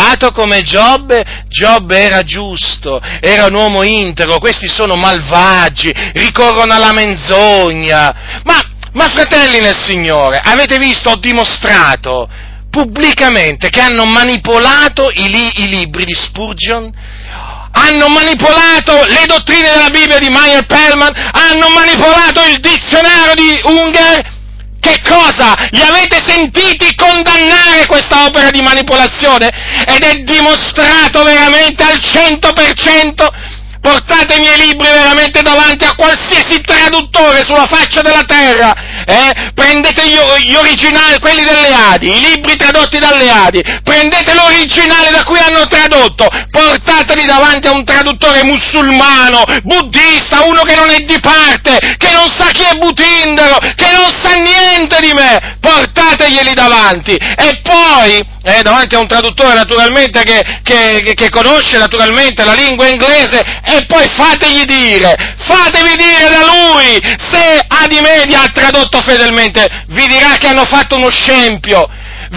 Giobbe era giusto, era un uomo integro, questi sono malvagi, ricorrono alla menzogna. Ma fratelli nel Signore, avete visto, ho dimostrato pubblicamente che hanno manipolato i libri di Spurgeon, hanno manipolato le dottrine della Bibbia di Meyer Pellman, hanno manipolato il dizionario di Unger, che cosa? Li avete sentiti condannare questa opera di manipolazione? Ed è dimostrato veramente al 100%. Portate i miei libri veramente davanti a qualsiasi traduttore sulla faccia della terra, prendete gli originali, quelli delle Adi, i libri tradotti dalle Adi, prendete l'originale da cui hanno tradotto, portateli davanti a un traduttore musulmano, buddista, uno che non è di parte, che non sa chi è Butindaro, che non sa niente di me, portateglieli davanti, e poi, davanti a un traduttore naturalmente che conosce naturalmente la lingua inglese, e poi fatevi dire da lui, se Adi Media ha tradotto fedelmente, vi dirà che hanno fatto uno scempio,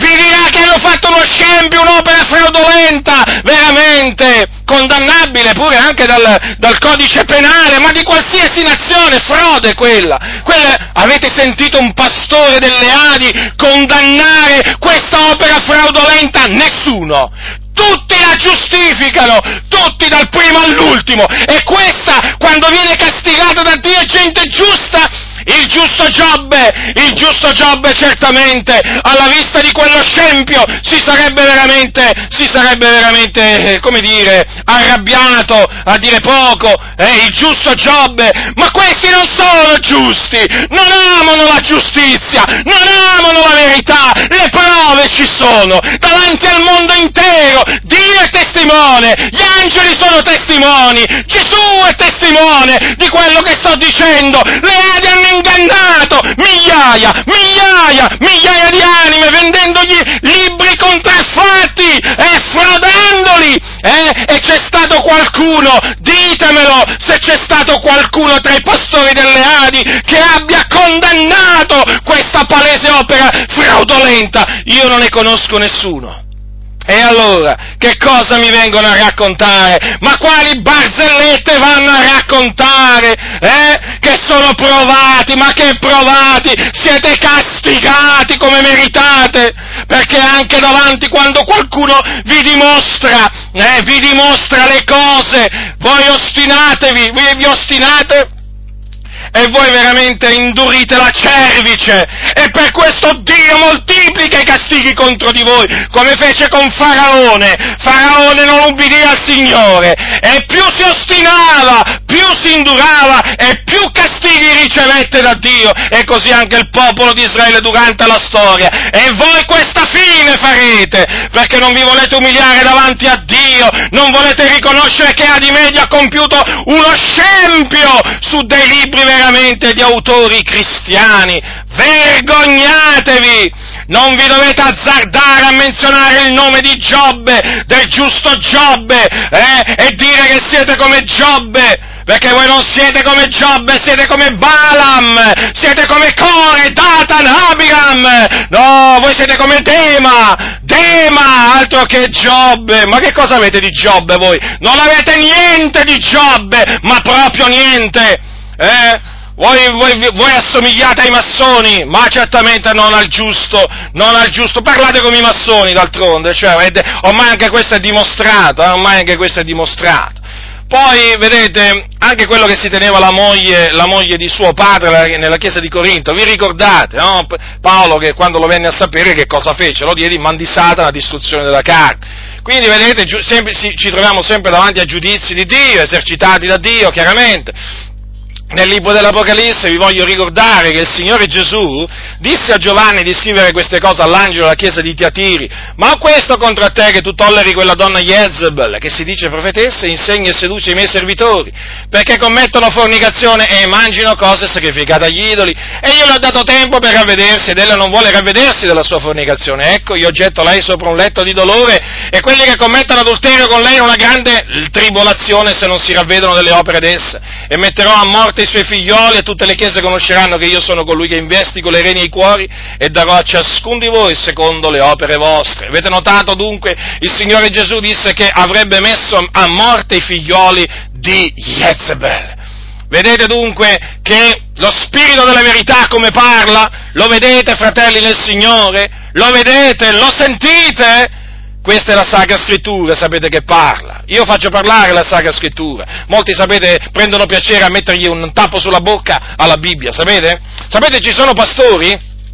un'opera fraudolenta, veramente condannabile pure anche dal codice penale, ma di qualsiasi nazione, frode quella. Avete sentito un pastore delle Adi condannare questa opera fraudolenta? Nessuno! Tutti la giustificano, tutti dal primo all'ultimo, e questa, quando viene castigata da Dio, è gente giusta. Il giusto Giobbe certamente, alla vista di quello scempio, si sarebbe veramente, come dire, arrabbiato, a dire poco, il giusto Giobbe, ma questi non sono giusti, non amano la giustizia, non amano la verità, le prove ci sono, davanti al mondo intero, Dio è testimone, gli angeli sono testimoni, Gesù è testimone di quello che sto dicendo, le Adi hanno ingannato migliaia di anime, vendendogli libri contraffatti e fraudandoli, e c'è stato qualcuno, ditemelo, se c'è stato qualcuno tra i pastori delle Adi che abbia condannato questa palese opera fraudolenta. Io non ne conosco nessuno. E allora, che cosa mi vengono a raccontare? Ma quali barzellette vanno a raccontare? Che sono provati, ma che provati? Siete castigati come meritate, perché anche davanti, quando qualcuno vi dimostra le cose, voi vi ostinate, e voi veramente indurite la cervice, e per questo Dio moltiplica i castighi contro di voi, come fece con Faraone. Faraone non ubbidì al Signore, e più si ostinava, più si indurava, e più castighi ricevette da Dio, e così anche il popolo di Israele durante la storia. E voi questa fine farete, perché non vi volete umiliare davanti a Dio, non volete riconoscere che Adi Media ha compiuto uno scempio su dei libri veramente di autori cristiani. Vergognatevi! Non vi dovete azzardare a menzionare il nome di Giobbe, del giusto Giobbe, e dire che siete come Giobbe, perché voi non siete come Giobbe, siete come Balaam, siete come Core, Datan, Abiram, no, voi siete come Dema, altro che Giobbe. Ma che cosa avete di Giobbe voi? Non avete niente di Giobbe, ma proprio niente, Voi assomigliate ai massoni, ma certamente non al giusto, parlate come i massoni d'altronde, cioè, ormai anche questo è dimostrato, Poi, vedete, anche quello che si teneva la moglie di suo padre nella chiesa di Corinto, vi ricordate, no? Paolo, che quando lo venne a sapere, che cosa fece? Lo diede in man di Satana, a distruzione della carne. Quindi, vedete, ci troviamo sempre davanti a giudizi di Dio, esercitati da Dio, chiaramente. Nel libro dell'Apocalisse vi voglio ricordare che il Signore Gesù disse a Giovanni di scrivere queste cose all'angelo della chiesa di Tiatiri: ma ho questo contro te, che tu tolleri quella donna Jezebel, che si dice profetessa, e insegna e seduce i miei servitori, perché commettono fornicazione e mangino cose sacrificate agli idoli, e io le ho dato tempo per ravvedersi, ed ella non vuole ravvedersi della sua fornicazione. Ecco, io getto lei sopra un letto di dolore, e quelli che commettono adulterio con lei una grande tribolazione, se non si ravvedono delle opere d'essa, e metterò a morte i suoi figlioli, e tutte le chiese conosceranno che io sono colui che investigo le reni e i cuori, e darò a ciascun di voi secondo le opere vostre. Avete notato dunque? Il Signore Gesù disse che avrebbe messo a morte i figlioli di Jezebel. Vedete dunque che lo Spirito della verità come parla? Lo vedete, fratelli nel Signore? Lo vedete? Lo sentite? Questa è la Sacra Scrittura, sapete, che parla. Io faccio parlare la Sacra Scrittura. Molti, sapete, prendono piacere a mettergli un tappo sulla bocca alla Bibbia, sapete? Sapete, ci sono pastori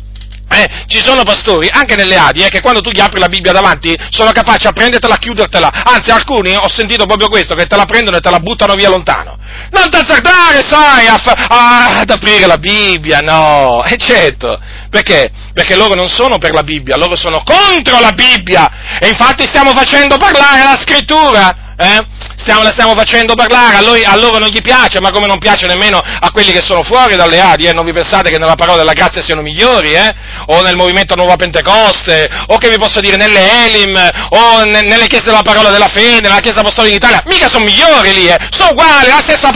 Ci sono pastori, anche nelle Adi, che quando tu gli apri la Bibbia davanti sono capaci a prendertela, a chiudertela, anzi alcuni, ho sentito proprio questo, che te la prendono e te la buttano via lontano. Non t'azzardare, sai, ad aprire la Bibbia, no, certo, perché? Perché loro non sono per la Bibbia, loro sono contro la Bibbia, e infatti stiamo facendo parlare la Scrittura, la stiamo facendo parlare, a loro non gli piace, ma come non piace nemmeno a quelli che sono fuori dalle Adi, non vi pensate che nella parola della grazia siano migliori, o nel movimento Nuova Pentecoste, o che vi posso dire nelle Elim, o nelle chiese della parola della fede, nella Chiesa Apostolica d'Italia, mica sono migliori lì, sono uguali, la stessa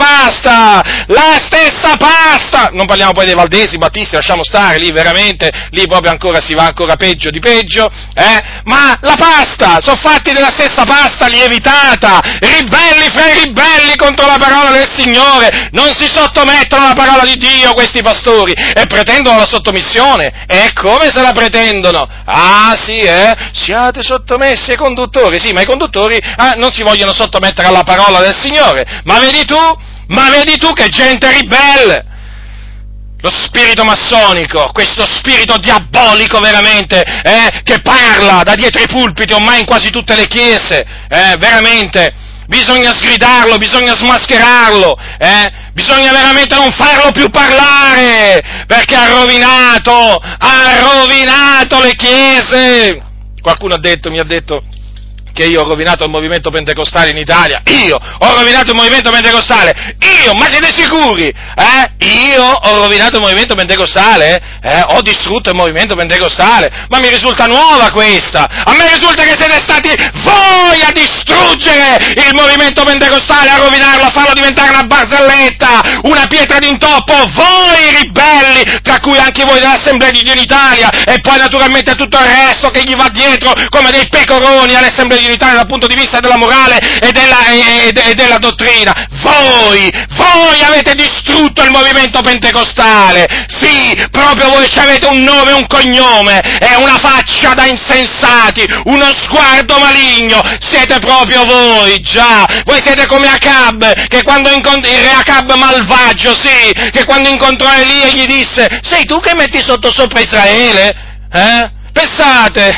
pasta, non parliamo poi dei Valdesi, Battisti, lasciamo stare, lì veramente, lì proprio ancora si va ancora peggio di peggio, ma la pasta, sono fatti della stessa pasta lievitata, ribelli fra i ribelli contro la parola del Signore, non si sottomettono alla parola di Dio questi pastori, e pretendono la sottomissione, e come se la pretendono? Ah sì, siate sottomessi ai conduttori, sì, ma i conduttori non si vogliono sottomettere alla parola del Signore, ma vedi tu che gente ribelle! Lo spirito massonico, questo spirito diabolico veramente, che parla da dietro i pulpiti ormai in quasi tutte le chiese, veramente, bisogna sgridarlo, bisogna smascherarlo, bisogna veramente non farlo più parlare, perché ha rovinato le chiese. Qualcuno mi ha detto che io ho rovinato il movimento pentecostale in Italia. Io ho rovinato il movimento pentecostale? Ma siete sicuri? Io ho rovinato il movimento pentecostale? Ho distrutto il movimento pentecostale? Ma mi risulta nuova questa! A me risulta che siete stati voi a distruggere il movimento pentecostale, a rovinarlo, a farlo diventare una barzelletta, una pietra d'intoppo, voi ribelli, tra cui anche voi dell'Assemblea di Dio in Italia, e poi naturalmente tutto il resto che gli va dietro come dei pecoroni all'Assemblea di Dio in Italia dal punto di vista della morale e della dottrina. Voi avete distrutto il movimento pentecostale, sì, proprio voi ci avete un nome, un cognome, e una faccia da insensati, uno sguardo maligno, siete proprio voi, già, voi siete come Acab, che quando il re Acab malvagio, sì, che quando incontrò Elia gli disse, sei tu che metti sopra Israele? Pensate,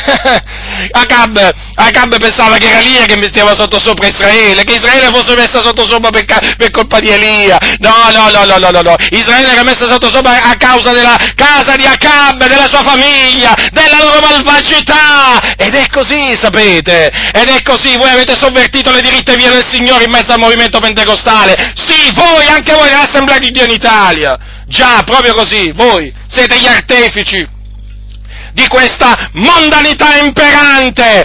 Acab pensava che era Elia che metteva sopra Israele, che Israele fosse messa sopra per colpa di Elia. No, Israele era messa sopra a causa della casa di Acab, della sua famiglia, della loro malvagità, ed è così, sapete, voi avete sovvertito le diritte vie del Signore in mezzo al movimento pentecostale, sì, anche voi dell'Assemblea di Dio in Italia, già, proprio così, voi siete gli artefici di questa mondanità imperante,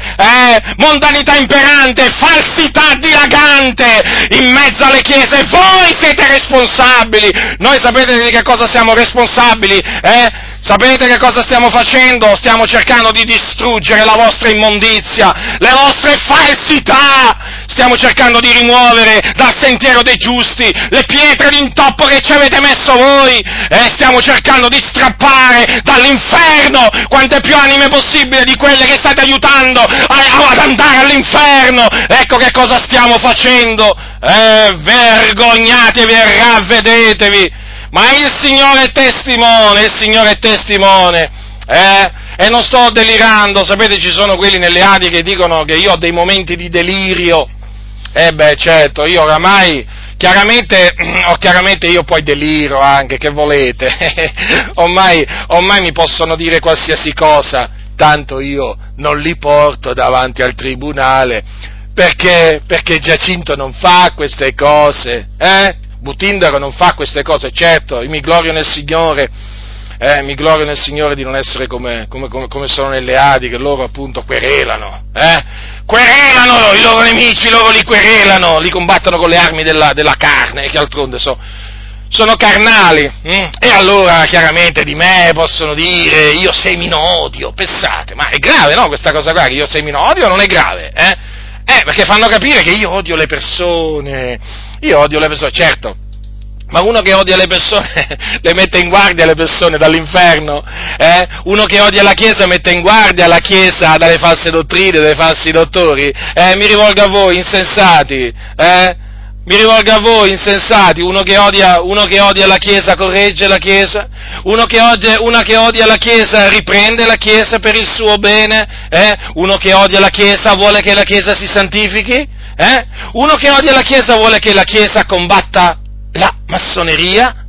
falsità dilagante in mezzo alle chiese. Voi siete responsabili. Noi sapete di che cosa siamo responsabili? Sapete che cosa stiamo facendo? Stiamo cercando di distruggere la vostra immondizia, le vostre falsità. Stiamo cercando di rimuovere dal sentiero dei giusti le pietre d'intoppo che ci avete messo voi, stiamo cercando di strappare dall'inferno quante più anime possibile di quelle che state aiutando ad andare all'inferno. Ecco che cosa stiamo facendo, vergognatevi e ravvedetevi, ma il Signore è testimone, e non sto delirando. Sapete, ci sono quelli nelle Adi che dicono che io ho dei momenti di delirio. Certo, io oramai, chiaramente io poi deliro anche, che volete, ormai mi possono dire qualsiasi cosa, tanto io non li porto davanti al tribunale, perché Giacinto non fa queste cose, Butindaro non fa queste cose, certo, io mi glorio nel Signore di non essere come sono nelle Adi, che loro appunto querelano i loro nemici, loro li querelano, li combattono con le armi della carne, che d'altronde sono carnali, e allora chiaramente di me possono dire, io semino odio, pensate, ma è grave, no, questa cosa qua, che io semino odio, non è grave, perché fanno capire che io odio le persone, certo. Ma uno che odia le persone le mette in guardia le persone dall'inferno, Uno che odia la Chiesa mette in guardia la Chiesa dalle false dottrine, dai falsi dottori, mi rivolgo a voi insensati, Mi rivolgo a voi, insensati, uno che odia la Chiesa corregge la Chiesa, uno che odia la Chiesa riprende la Chiesa per il suo bene, uno che odia la Chiesa vuole che la Chiesa si santifichi, uno che odia la Chiesa vuole che la Chiesa combatta la massoneria,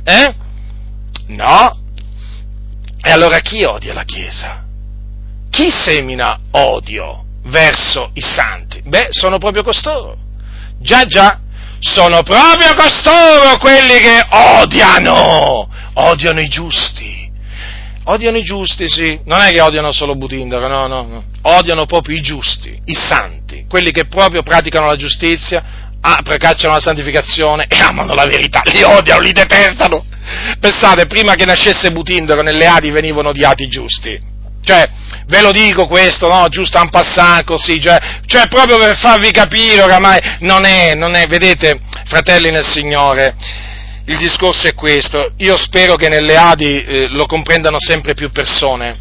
No. E allora chi odia la Chiesa? Chi semina odio verso i santi? Beh, sono proprio costoro. Già, sono proprio costoro quelli che odiano i giusti. Odiano i giusti, sì, non è che odiano solo Butindaro, no. Odiano proprio i giusti, i santi, quelli che proprio praticano la giustizia, procacciano la santificazione e amano la verità, li odiano, li detestano. Pensate, prima che nascesse Butindaro nelle Adi venivano odiati i giusti. Cioè, ve lo dico questo, no? Giusto en passant così, cioè proprio per farvi capire oramai, non è, vedete, fratelli nel Signore, il discorso è questo, io spero che nelle Adi lo comprendano sempre più persone,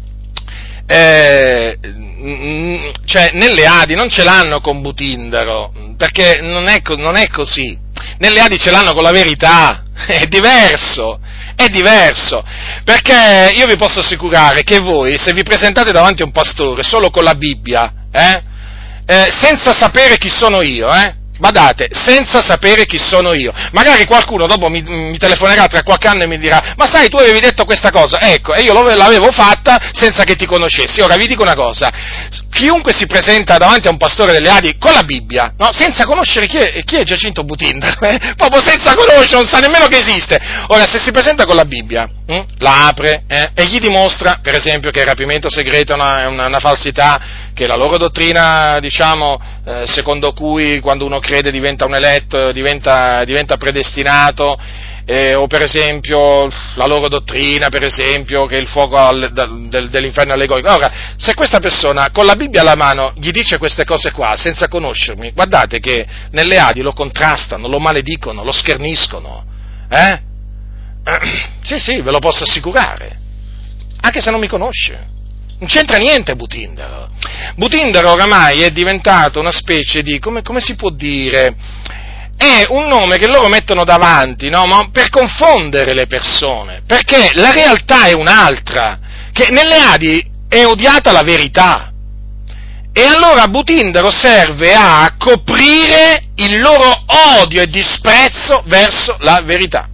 cioè nelle Adi non ce l'hanno con Butindaro, perché non è così, nelle Adi ce l'hanno con la verità, è diverso, perché io vi posso assicurare che voi, se vi presentate davanti a un pastore solo con la Bibbia, senza sapere chi sono io, badate, senza sapere chi sono io, magari qualcuno dopo mi telefonerà tra qualche anno e mi dirà, ma sai, tu avevi detto questa cosa, ecco, e io l'avevo fatta senza che ti conoscessi. Ora vi dico una cosa, chiunque si presenta davanti a un pastore delle Adi con la Bibbia, no, senza conoscere chi è Giacinto Butindaro, proprio senza conoscere, non sa nemmeno che esiste, ora se si presenta con la Bibbia, la apre, e gli dimostra, per esempio, che il rapimento segreto è una falsità, che la loro dottrina, diciamo, secondo cui quando uno crede diventa un eletto, diventa predestinato, o per esempio la loro dottrina, per esempio, che il fuoco dell'inferno è allegorico. Ora, se questa persona con la Bibbia alla mano gli dice queste cose qua, senza conoscermi, guardate che nelle Adi lo contrastano, lo maledicono, lo scherniscono, Sì, ve lo posso assicurare, anche se non mi conosce. Non c'entra niente Butindaro. Butindaro oramai è diventato una specie di, come si può dire, è un nome che loro mettono davanti, no? Ma per confondere le persone, perché la realtà è un'altra, che nelle Adi è odiata la verità, e allora Butindaro serve a coprire il loro odio e disprezzo verso la verità.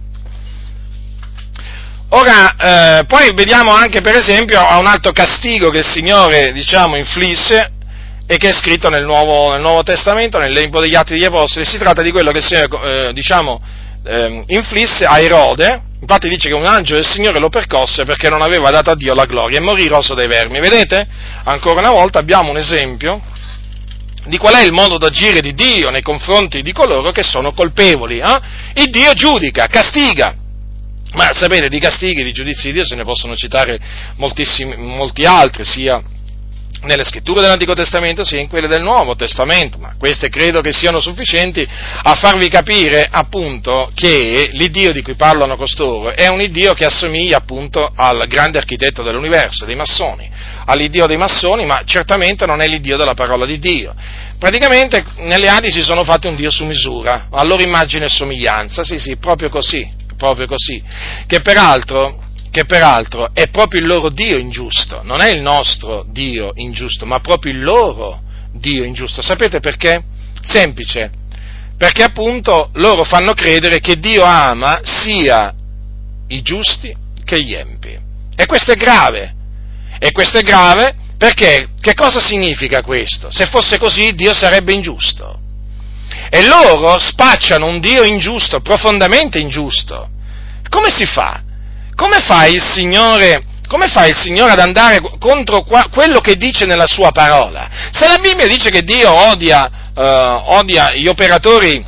Ora, poi vediamo anche per esempio a un altro castigo che il Signore, diciamo, inflisse e che è scritto nel Nuovo Testamento, nel libro degli Atti degli Apostoli. Si tratta di quello che il Signore, inflisse a Erode. Infatti dice che un angelo del Signore lo percosse perché non aveva dato a Dio la gloria e morì roso dai vermi. Vedete? Ancora una volta abbiamo un esempio di qual è il modo d'agire di Dio nei confronti di coloro che sono colpevoli. Il Dio giudica, castiga. Ma sapete, di castighi, di giudizi di Dio se ne possono citare molti altri, sia nelle scritture dell'Antico Testamento sia in quelle del Nuovo Testamento, ma queste credo che siano sufficienti a farvi capire appunto che l'Iddio di cui parlano costoro è un Iddio che assomiglia appunto al grande architetto dell'universo, dei massoni, all'Iddio dei massoni, ma certamente non è l'Iddio della parola di Dio. Praticamente nelle Adi si sono fatti un Dio su misura, a loro immagine e somiglianza, sì, proprio così, che peraltro è proprio il loro Dio ingiusto, non è il nostro Dio ingiusto, ma proprio il loro Dio ingiusto. Sapete perché? Semplice, perché appunto loro fanno credere che Dio ama sia i giusti che gli empi. E questo è grave perché che cosa significa questo? Se fosse così Dio sarebbe ingiusto. E loro spacciano un Dio ingiusto, profondamente ingiusto. Come si fa? Come fa il Signore ad andare contro quello che dice nella sua parola? Se la Bibbia dice che Dio odia gli operatori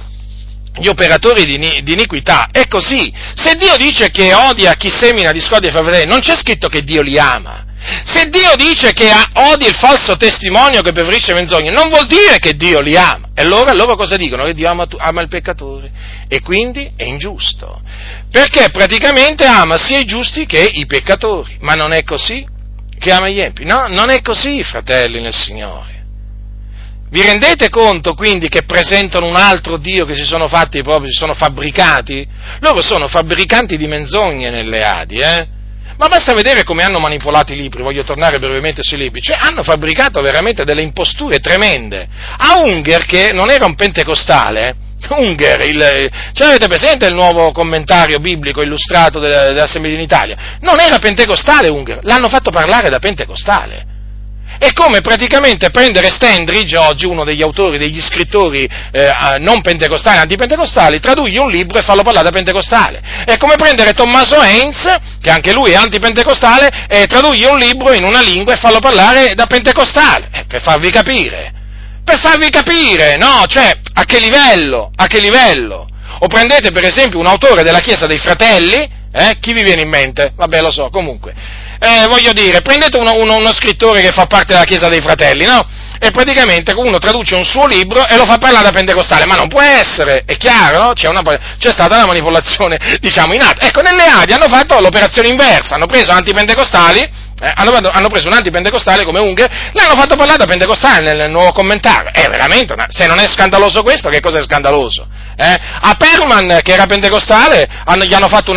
di iniquità, è così. Se Dio dice che odia chi semina discordia fra fratelli, non c'è scritto che Dio li ama. Se Dio dice che odia il falso testimonio che preferisce menzogne, non vuol dire che Dio li ama. E allora loro cosa dicono? Che Dio ama il peccatore e quindi è ingiusto. Perché praticamente ama sia i giusti che i peccatori. Ma non è così che ama gli empi. No, non è così, fratelli nel Signore. Vi rendete conto quindi che presentano un altro Dio che si sono fatti proprio, si sono fabbricati? Loro sono fabbricanti di menzogne nelle Adi, Ma basta vedere come hanno manipolato i libri, voglio tornare brevemente sui libri, cioè hanno fabbricato veramente delle imposture tremende. A Unger, che non era un pentecostale, Unger, cioè avete presente il nuovo commentario biblico illustrato dell'Assemblea in Italia? Non era pentecostale Unger, l'hanno fatto parlare da pentecostale. È come praticamente prendere Standridge, oggi uno degli autori, degli scrittori non pentecostali, antipentecostali, tradurgli un libro e farlo parlare da pentecostale. È come prendere Tommaso Heinz, che anche lui è antipentecostale, e tradurgli un libro in una lingua e farlo parlare da pentecostale. Per farvi capire. Per farvi capire, no? Cioè, a che livello? A che livello? O prendete per esempio un autore della Chiesa dei Fratelli, chi vi viene in mente? Vabbè, lo so, comunque. Voglio dire, prendete uno scrittore che fa parte della Chiesa dei Fratelli, no? E praticamente uno traduce un suo libro e lo fa parlare da pentecostale, ma non può essere, è chiaro, no? C'è stata una manipolazione, diciamo, in atto. Ecco, nelle Adi hanno fatto l'operazione inversa, hanno preso antipentecostali, hanno preso un antipentecostale come Unger, l'hanno fatto parlare da pentecostale nel nuovo commentario. È veramente, se non è scandaloso questo, che cosa è scandaloso? A Perlman, che era pentecostale, gli hanno fatto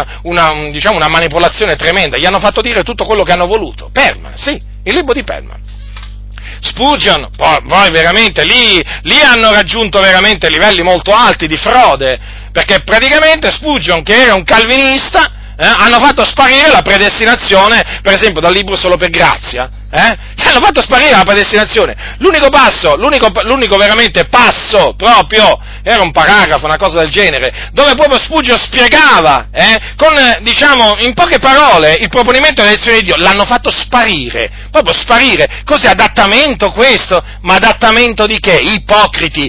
una manipolazione tremenda, gli hanno fatto dire tutto quello che hanno voluto. Perlman, sì, il libro di Perlman. Spurgeon, poi veramente, lì hanno raggiunto veramente livelli molto alti di frode, perché praticamente Spurgeon, che era un calvinista, hanno fatto sparire la predestinazione, per esempio, dal libro Solo per Grazia, hanno fatto sparire la predestinazione. L'unico veramente passo proprio, era un paragrafo, una cosa del genere, dove proprio Spurgeon spiegava, diciamo, in poche parole, il proponimento dell'elezione di Dio, l'hanno fatto sparire, proprio sparire. Cos'è adattamento questo? Ma adattamento di che? Ipocriti!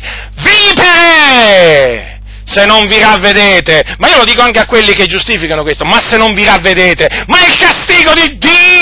Vipere! Se non vi ravvedete, ma io lo dico anche a quelli che giustificano questo, ma se non vi ravvedete, ma il castigo di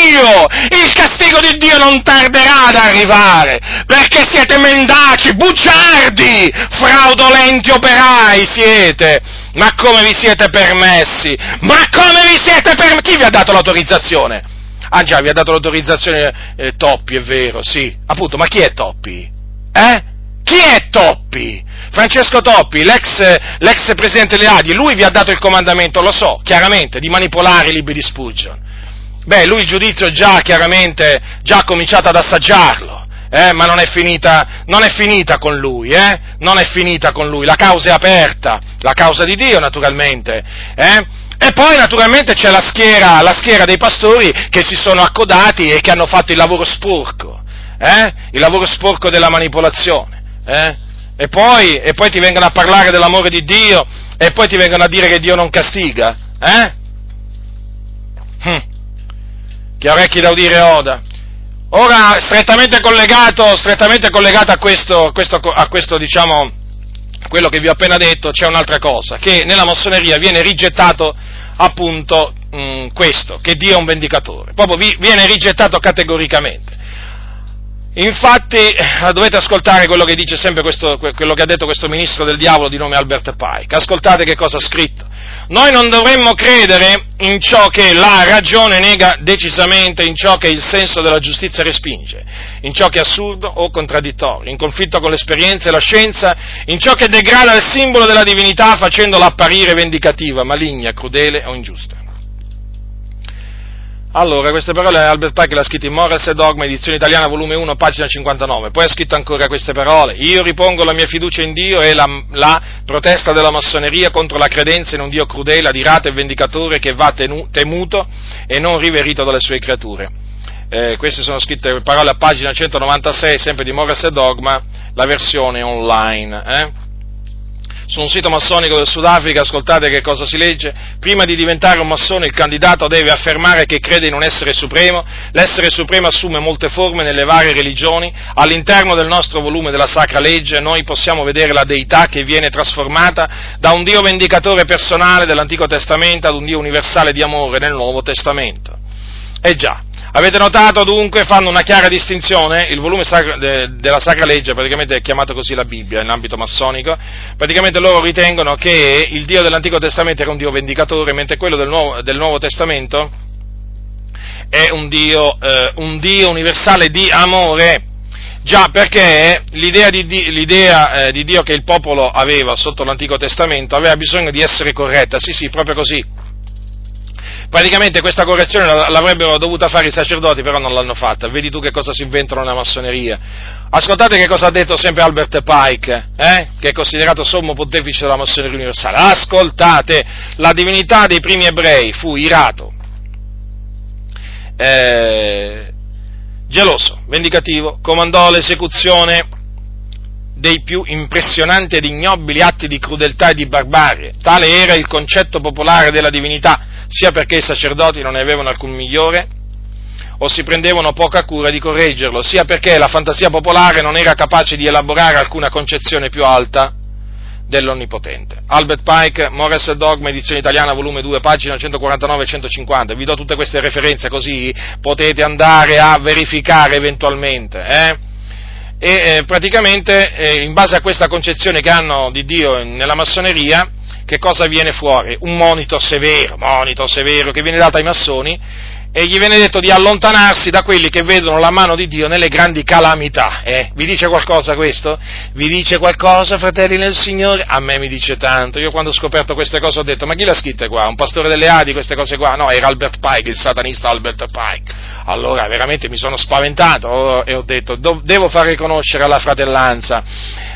Dio non tarderà ad arrivare, perché siete mendaci, bugiardi, fraudolenti operai siete, ma come vi siete permessi? Chi vi ha dato l'autorizzazione? Ah già, vi ha dato l'autorizzazione Toppi, è vero, sì, appunto, ma chi è Toppi? Chi è Toppi? Francesco Toppi, l'ex presidente delle Adi, lui vi ha dato il comandamento, lo so, chiaramente, di manipolare i libri di Spurgeon. Beh, lui il giudizio già ha cominciato ad assaggiarlo, ma non è finita con lui, non è finita con lui, la causa è aperta, la causa di Dio naturalmente, E poi naturalmente c'è la schiera dei pastori che si sono accodati e che hanno fatto il lavoro sporco, il lavoro sporco della manipolazione, E poi ti vengono a parlare dell'amore di Dio, e poi ti vengono a dire che Dio non castiga, Chi ha orecchi da udire oda. Ora, strettamente collegato a questo, diciamo, quello che vi ho appena detto, c'è un'altra cosa, che nella massoneria viene rigettato appunto questo, che Dio è un vendicatore, proprio viene rigettato categoricamente. Infatti, dovete ascoltare quello che dice sempre quello che ha detto questo ministro del diavolo di nome Albert Pike. Ascoltate che cosa ha scritto. Noi non dovremmo credere in ciò che la ragione nega decisamente, in ciò che il senso della giustizia respinge, in ciò che è assurdo o contraddittorio, in conflitto con l'esperienza e la scienza, in ciò che degrada il simbolo della divinità facendola apparire vendicativa, maligna, crudele o ingiusta. Allora, queste parole Albert Pike le ha scritte in Morals e Dogma, edizione italiana, volume 1, pagina 59. Poi ha scritto ancora queste parole: io ripongo la mia fiducia in Dio e la protesta della massoneria contro la credenza in un Dio crudele, adirato e vendicatore che va temuto e non riverito dalle sue creature. Queste sono scritte parole a pagina 196, sempre di Morals e Dogma, la versione online, Su un sito massonico del Sudafrica, ascoltate che cosa si legge: prima di diventare un massone il candidato deve affermare che crede in un essere supremo. L'essere supremo assume molte forme nelle varie religioni. All'interno del nostro volume della Sacra Legge noi possiamo vedere la deità che viene trasformata da un Dio vendicatore personale dell'Antico Testamento ad un Dio universale di amore nel Nuovo Testamento. Già. Avete notato dunque, fanno una chiara distinzione, il volume della Sacra Legge praticamente è chiamato così la Bibbia in ambito massonico, praticamente loro ritengono che il Dio dell'Antico Testamento era un Dio vendicatore, mentre quello del Nuovo Testamento è un Dio universale di amore. Già, perché l'idea di Dio che il popolo aveva sotto l'Antico Testamento aveva bisogno di essere corretta, sì, proprio così. Praticamente questa correzione l'avrebbero dovuta fare i sacerdoti, però non l'hanno fatta. Vedi tu che cosa si inventano nella massoneria. Ascoltate che cosa ha detto sempre Albert Pike, che è considerato sommo pontefice della massoneria universale. Ascoltate, la divinità dei primi ebrei fu irato, geloso, vendicativo, comandò l'esecuzione dei più impressionanti ed ignobili atti di crudeltà e di barbarie. Tale era il concetto popolare della divinità, sia perché i sacerdoti non ne avevano alcun migliore o si prendevano poca cura di correggerlo, sia perché la fantasia popolare non era capace di elaborare alcuna concezione più alta dell'Onnipotente. Albert Pike, Mores e Dogma, edizione italiana, volume 2, pagina 149 e 150. Vi do tutte queste referenze così potete andare a verificare eventualmente, praticamente in base a questa concezione che hanno di Dio nella massoneria, che cosa viene fuori? Un monito severo che viene dato ai massoni, e gli viene detto di allontanarsi da quelli che vedono la mano di Dio nelle grandi calamità. Vi dice qualcosa questo? Vi dice qualcosa, fratelli nel Signore? A me mi dice tanto. Io quando ho scoperto queste cose ho detto, ma chi l'ha scritta qua? Un pastore delle Adi queste cose qua? No, era Albert Pike, il satanista Albert Pike. Allora veramente mi sono spaventato e ho detto, devo far riconoscere alla fratellanza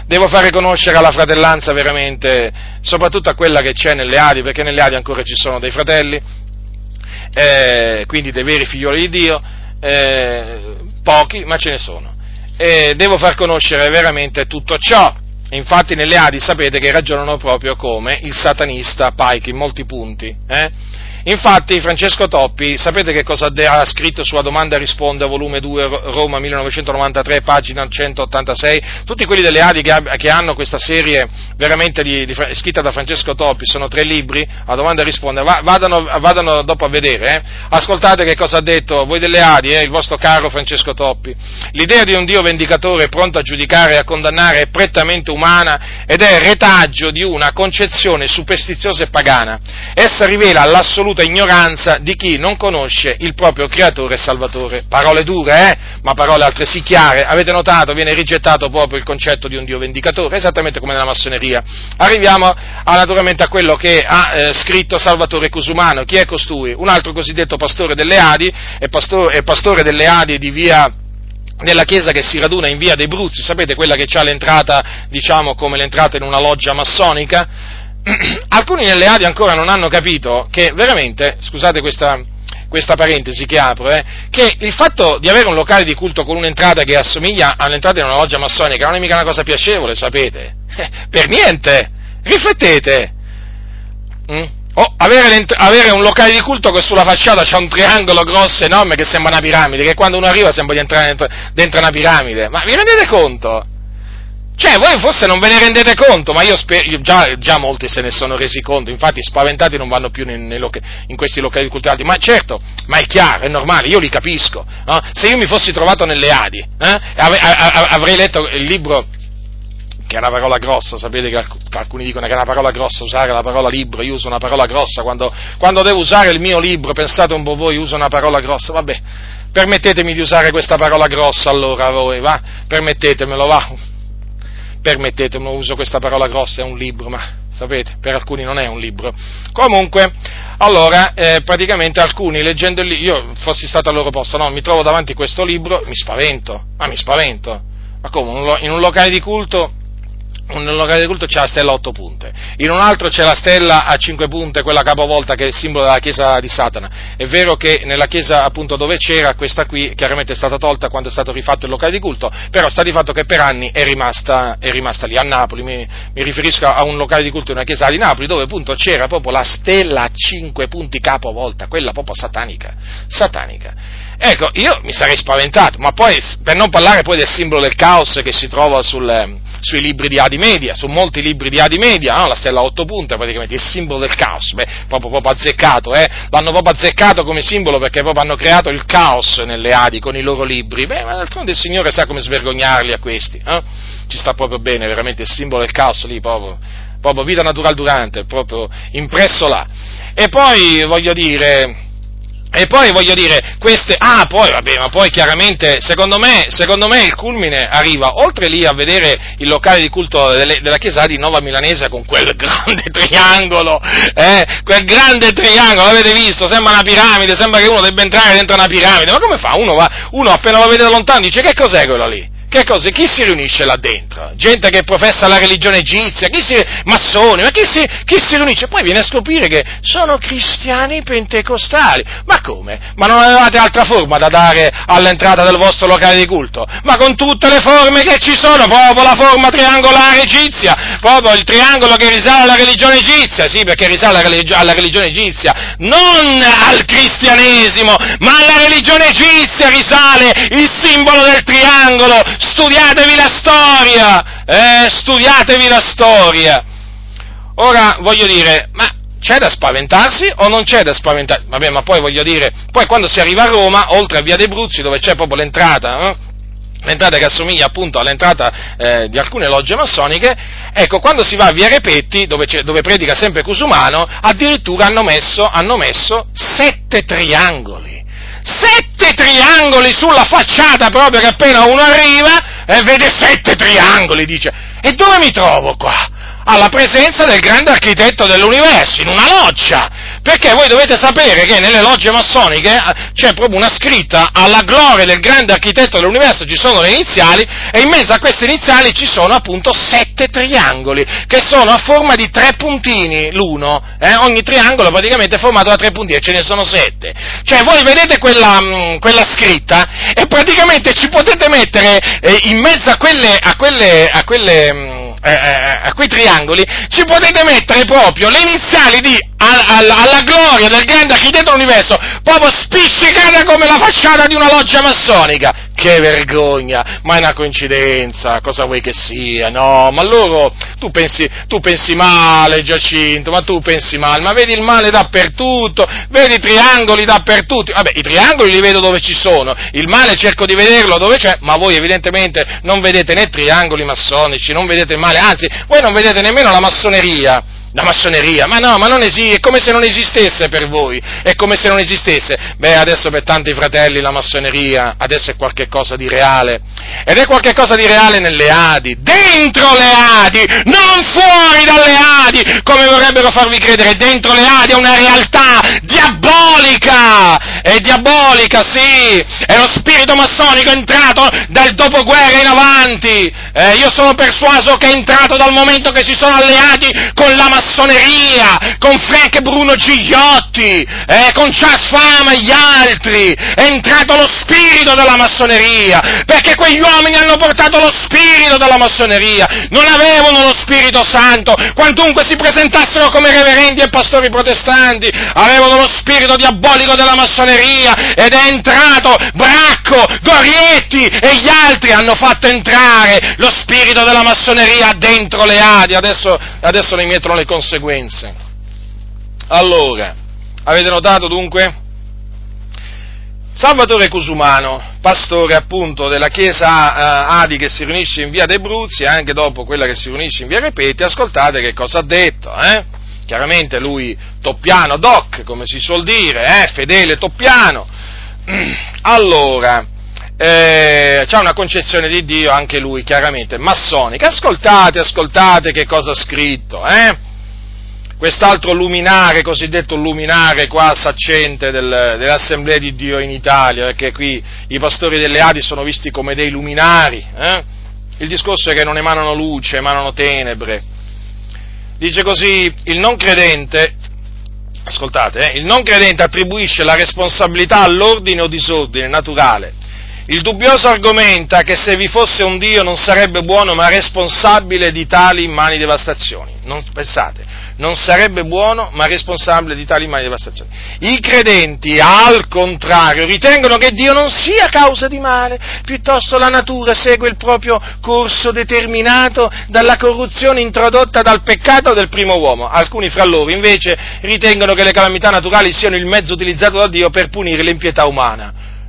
veramente, soprattutto a quella che c'è nelle Adi, perché nelle Adi ancora ci sono dei fratelli, quindi dei veri figlioli di Dio, pochi, ma ce ne sono. Devo far conoscere veramente tutto ciò. Infatti nelle Adi sapete che ragionano proprio come il satanista Pike in molti punti. Infatti Francesco Toppi, sapete che cosa ha scritto sulla Domanda e risponde, volume 2, Roma 1993, pagina 186? Tutti quelli delle Adi che hanno questa serie veramente scritta da Francesco Toppi, sono 3 libri, a Domanda e risponde, vadano dopo a vedere, Ascoltate che cosa ha detto voi delle Adi, il vostro caro Francesco Toppi. L'idea di un Dio vendicatore pronto a giudicare e a condannare è prettamente umana ed è retaggio di una concezione superstiziosa e pagana. Essa rivela l'assoluta ignoranza di chi non conosce il proprio creatore e salvatore. Parole dure, ma parole altresì chiare. Avete notato? Viene rigettato proprio il concetto di un Dio vendicatore, esattamente come nella massoneria. Arriviamo naturalmente a quello che ha scritto Salvatore Cusumano. Chi è costui? Un altro cosiddetto pastore delle Adi, è pastore delle Adi di via nella chiesa che si raduna in via dei Bruzzi, sapete, quella che ha l'entrata, diciamo, come l'entrata in una loggia massonica. Alcuni nelle Adi ancora non hanno capito che veramente, scusate questa parentesi che apro, che il fatto di avere un locale di culto con un'entrata che assomiglia all'entrata in una loggia massonica non è mica una cosa piacevole, sapete? Per niente! Riflettete! Avere un locale di culto che sulla facciata c'ha un triangolo grosso enorme che sembra una piramide, che quando uno arriva sembra di entrare dentro una piramide, ma vi rendete conto? Cioè, voi forse non ve ne rendete conto, ma già molti se ne sono resi conto, infatti spaventati non vanno più in questi locali culturali, ma certo, ma è chiaro, è normale, io li capisco, no? Se io mi fossi trovato nelle Adi, avrei letto il libro, che è una parola grossa, sapete che alcuni dicono che è una parola grossa usare la parola libro, io uso una parola grossa, quando devo usare il mio libro, pensate un po' voi, uso una parola grossa, vabbè, permettetemi di usare questa parola grossa allora voi, va? Permettetemelo, va? Permettetemi, uso questa parola grossa, è un libro, ma sapete, per alcuni non è un libro. Comunque, allora, praticamente alcuni leggendo il libro, io fossi stato al loro posto, no, mi trovo davanti a questo libro, mi spavento, ma come, in un locale di culto c'è la stella a 8 punte, in un altro c'è la stella a 5 punte, quella capovolta che è il simbolo della chiesa di Satana. È vero che nella chiesa appunto dove c'era, questa qui chiaramente è stata tolta quando è stato rifatto il locale di culto, però sta di fatto che per anni è rimasta lì a Napoli, mi riferisco a un locale di culto in una chiesa di Napoli dove appunto c'era proprio la stella a 5 punti capovolta, quella proprio satanica. Ecco, io mi sarei spaventato, ma poi, per non parlare poi del simbolo del caos che si trova sui libri di Adi Media, su molti libri di Adi Media, no? La stella a 8 punte, praticamente, il simbolo del caos, proprio azzeccato, l'hanno proprio azzeccato come simbolo perché proprio hanno creato il caos nelle Adi con i loro libri, ma d'altronde il Signore sa come svergognarli a questi, ci sta proprio bene, veramente, il simbolo del caos lì, proprio vita natural durante, proprio impresso là. E poi, voglio dire, E poi voglio dire, poi vabbè, ma poi chiaramente, secondo me il culmine arriva, oltre lì a vedere il locale di culto della chiesa di Nova Milanese con quel grande triangolo, l'avete visto? Sembra una piramide, sembra che uno debba entrare dentro una piramide, ma come fa? Uno appena lo vede da lontano dice, che cos'è quello lì? Che cosa? Chi si riunisce là dentro? Gente che professa la religione egizia, massoni, ma chi si riunisce? Poi viene a scoprire che sono cristiani pentecostali. Ma come? Ma non avevate altra forma da dare all'entrata del vostro locale di culto? Ma con tutte le forme che ci sono, proprio la forma triangolare egizia, proprio il triangolo che risale alla religione egizia, sì, perché risale alla religione egizia, non al cristianesimo, ma alla religione egizia risale il simbolo del triangolo. Studiatevi la storia. Ora, voglio dire, ma c'è da spaventarsi o non c'è da spaventarsi? Vabbè, ma poi voglio dire, poi quando si arriva a Roma, oltre a Via dei Bruzzi, dove c'è proprio l'entrata che assomiglia appunto all'entrata di alcune logge massoniche, ecco, quando si va a Via Repetti, dove predica sempre Cusumano, addirittura hanno messo 7 triangoli. 7 triangoli sulla facciata, proprio che appena uno arriva vede 7 triangoli, dice, e dove mi trovo qua? Alla presenza del grande architetto dell'universo, in una loggia, perché voi dovete sapere che nelle logge massoniche c'è proprio una scritta alla gloria del grande architetto dell'universo, ci sono le iniziali, e in mezzo a queste iniziali ci sono appunto 7 triangoli, che sono a forma di 3 puntini l'uno, ogni triangolo praticamente è formato da 3 puntini, e ce ne sono 7. Cioè voi vedete quella scritta, e praticamente ci potete mettere in mezzo a quei triangoli, ci potete mettere proprio le iniziali di alla gloria del grande architetto dell'universo, proprio spiccicata come la facciata di una loggia massonica. Che vergogna, ma è una coincidenza, cosa vuoi che sia? No, ma loro, tu pensi male, Giacinto, ma tu pensi male, ma vedi il male dappertutto, vedi i triangoli dappertutto, vabbè, i triangoli li vedo dove ci sono, il male cerco di vederlo dove c'è, ma voi evidentemente non vedete né triangoli massonici, non vedete il male, anzi, voi non vedete nemmeno la massoneria, ma no, ma non esiste, è come se non esistesse per voi, è come se non esistesse. Beh, adesso per tanti fratelli la massoneria, adesso è qualche cosa di reale, ed è qualche cosa di reale nelle Adi, dentro le Adi, non fuori dalle Adi, come vorrebbero farvi credere, dentro le Adi è una realtà diabolica, è diabolica, sì, è lo spirito massonico entrato dal dopoguerra in avanti, io sono persuaso che è entrato dal momento che si sono alleati con la massoneria, con Frank Bruno Gigliotti, con Charles Fama e gli altri, è entrato lo spirito della massoneria, perché quegli uomini hanno portato lo spirito della massoneria, non avevano lo Spirito Santo, quantunque si presentassero come reverendi e pastori protestanti, avevano lo spirito diabolico della massoneria, ed è entrato Bracco, Gorietti e gli altri hanno fatto entrare lo spirito della massoneria dentro le Adi, adesso ne mettono le conseguenze. Allora, avete notato dunque? Salvatore Cusumano, pastore appunto della chiesa Adi che si riunisce in Via dei Bruzzi, e anche dopo quella che si riunisce in Via Repetti, ascoltate che cosa ha detto, Chiaramente lui toppiano doc, come si suol dire, fedele toppiano. Allora, c'ha una concezione di Dio anche lui, chiaramente, massonica. Ascoltate che cosa ha scritto, Quest'altro luminare, cosiddetto luminare qua saccente dell'Assemblea di Dio in Italia, perché qui i pastori delle Adi sono visti come dei luminari, Il discorso è che non emanano luce, emanano tenebre. Dice così, il non credente attribuisce la responsabilità all'ordine o disordine naturale. Il dubbioso argomenta che se vi fosse un Dio non sarebbe buono ma responsabile di tali immani devastazioni. Non sarebbe buono ma responsabile di tali immani devastazioni. I credenti, al contrario, ritengono che Dio non sia causa di male, piuttosto la natura segue il proprio corso determinato dalla corruzione introdotta dal peccato del primo uomo. Alcuni fra loro, invece, ritengono che le calamità naturali siano il mezzo utilizzato da Dio per punire l'impietà umana.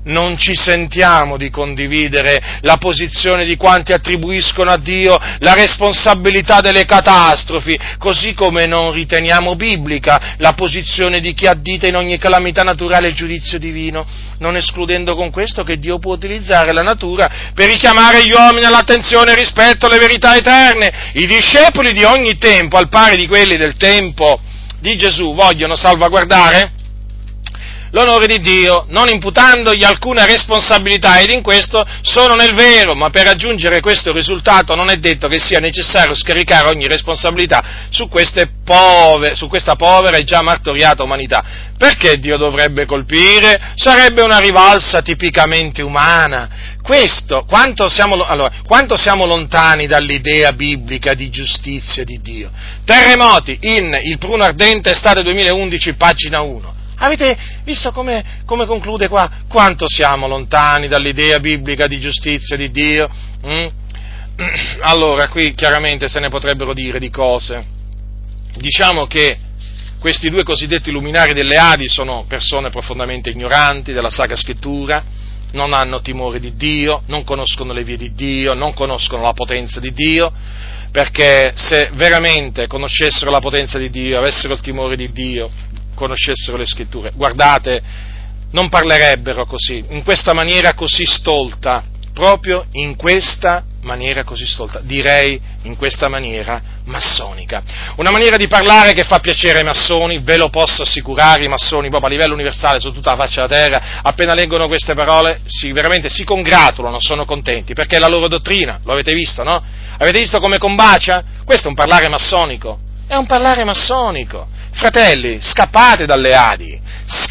non ci sentiamo di condividere la posizione di quanti attribuiscono a Dio la responsabilità delle catastrofi, così come non riteniamo biblica la posizione di chi addita in ogni calamità naturale il giudizio divino, non escludendo con questo che Dio può utilizzare la natura per richiamare gli uomini all'attenzione rispetto alle verità eterne. I discepoli di ogni tempo, al pari di quelli del tempo di Gesù, vogliono salvaguardare l'onore di Dio, non imputandogli alcuna responsabilità, ed in questo sono nel vero, ma per raggiungere questo risultato non è detto che sia necessario scaricare ogni responsabilità su questa povera e già martoriata umanità. Perché Dio dovrebbe colpire? Sarebbe una rivalsa tipicamente umana. Quanto siamo lontani dall'idea biblica di giustizia di Dio. Terremoti in Il Pruno Ardente, estate 2011, pagina 1. Avete visto come conclude qua? Quanto siamo lontani dall'idea biblica di giustizia di Dio? Allora, qui chiaramente se ne potrebbero dire di cose. Diciamo che questi due cosiddetti luminari delle Adi sono persone profondamente ignoranti della Sacra Scrittura, non hanno timore di Dio, non conoscono le vie di Dio, non conoscono la potenza di Dio, perché se veramente conoscessero la potenza di Dio, avessero il timore di Dio, conoscessero le Scritture, guardate, non parlerebbero così, in questa maniera così stolta, proprio in questa maniera così stolta, direi in questa maniera massonica. Una maniera di parlare che fa piacere ai massoni, ve lo posso assicurare, i massoni proprio a livello universale su tutta la faccia della terra, appena leggono queste parole, veramente si congratulano, sono contenti, perché è la loro dottrina, lo avete visto, no? Avete visto come combacia? Questo è un parlare massonico, è un parlare massonico. Fratelli, scappate dalle Adi,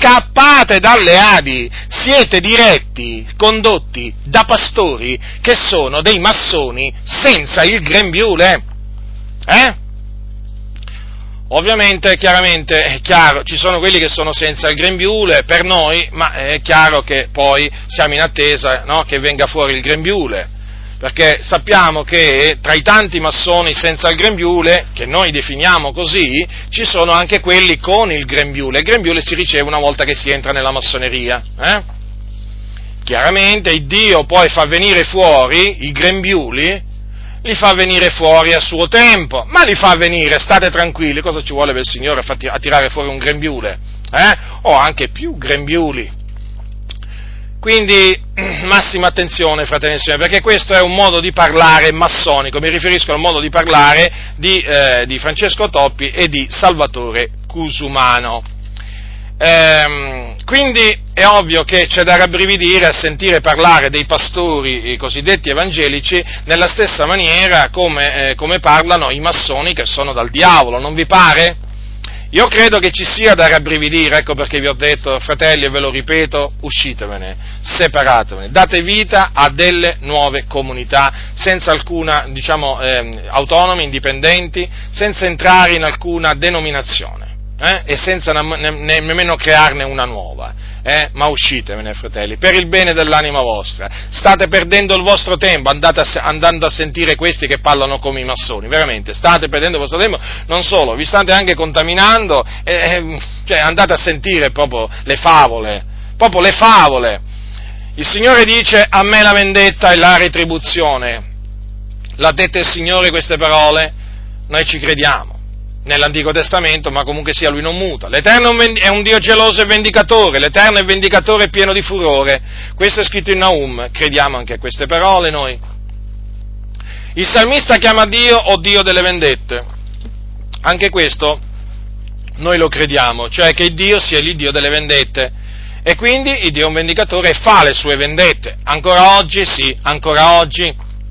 siete diretti, condotti da pastori che sono dei massoni senza il grembiule, Ovviamente, chiaramente, è chiaro, ci sono quelli che sono senza il grembiule per noi, ma è chiaro che poi siamo in attesa, no, che venga fuori il grembiule. Perché sappiamo che tra i tanti massoni senza il grembiule, che noi definiamo così, ci sono anche quelli con il grembiule. Il grembiule si riceve una volta che si entra nella massoneria. Chiaramente Dio poi fa venire fuori i grembiuli, li fa venire fuori a suo tempo, ma li fa venire, state tranquilli, cosa ci vuole per il Signore a tirare fuori un grembiule? O anche più grembiuli. Quindi massima attenzione, fratelli e signori, perché questo è un modo di parlare massonico, mi riferisco al modo di parlare di Francesco Toppi e di Salvatore Cusumano. Quindi è ovvio che c'è da rabbrividire a sentire parlare dei pastori cosiddetti evangelici nella stessa maniera come parlano i massoni che sono dal diavolo, non vi pare? Io credo che ci sia da rabbrividire, ecco perché vi ho detto, fratelli, e ve lo ripeto, uscitevene, separatevene, date vita a delle nuove comunità, senza alcuna, autonome, indipendenti, senza entrare in alcuna denominazione, e senza nemmeno crearne una nuova. Ma uscitevene, fratelli, per il bene dell'anima vostra. State perdendo il vostro tempo andando a sentire questi che parlano come i massoni, veramente, state perdendo il vostro tempo, non solo, vi state anche contaminando, andate a sentire proprio le favole. Il Signore dice: a me la vendetta e la retribuzione. L'ha dette il Signore queste parole? Noi ci crediamo. Nell'Antico Testamento, ma comunque sia Lui non muta. L'Eterno è un Dio geloso e vendicatore, l'Eterno è vendicatore e pieno di furore. Questo è scritto in Naum, crediamo anche a queste parole noi. Il salmista chiama Dio o Dio delle vendette. Anche questo noi lo crediamo, cioè che Dio sia il Dio delle vendette. E quindi il Dio è un vendicatore e fa le sue vendette. Ancora oggi, sì, ancora oggi.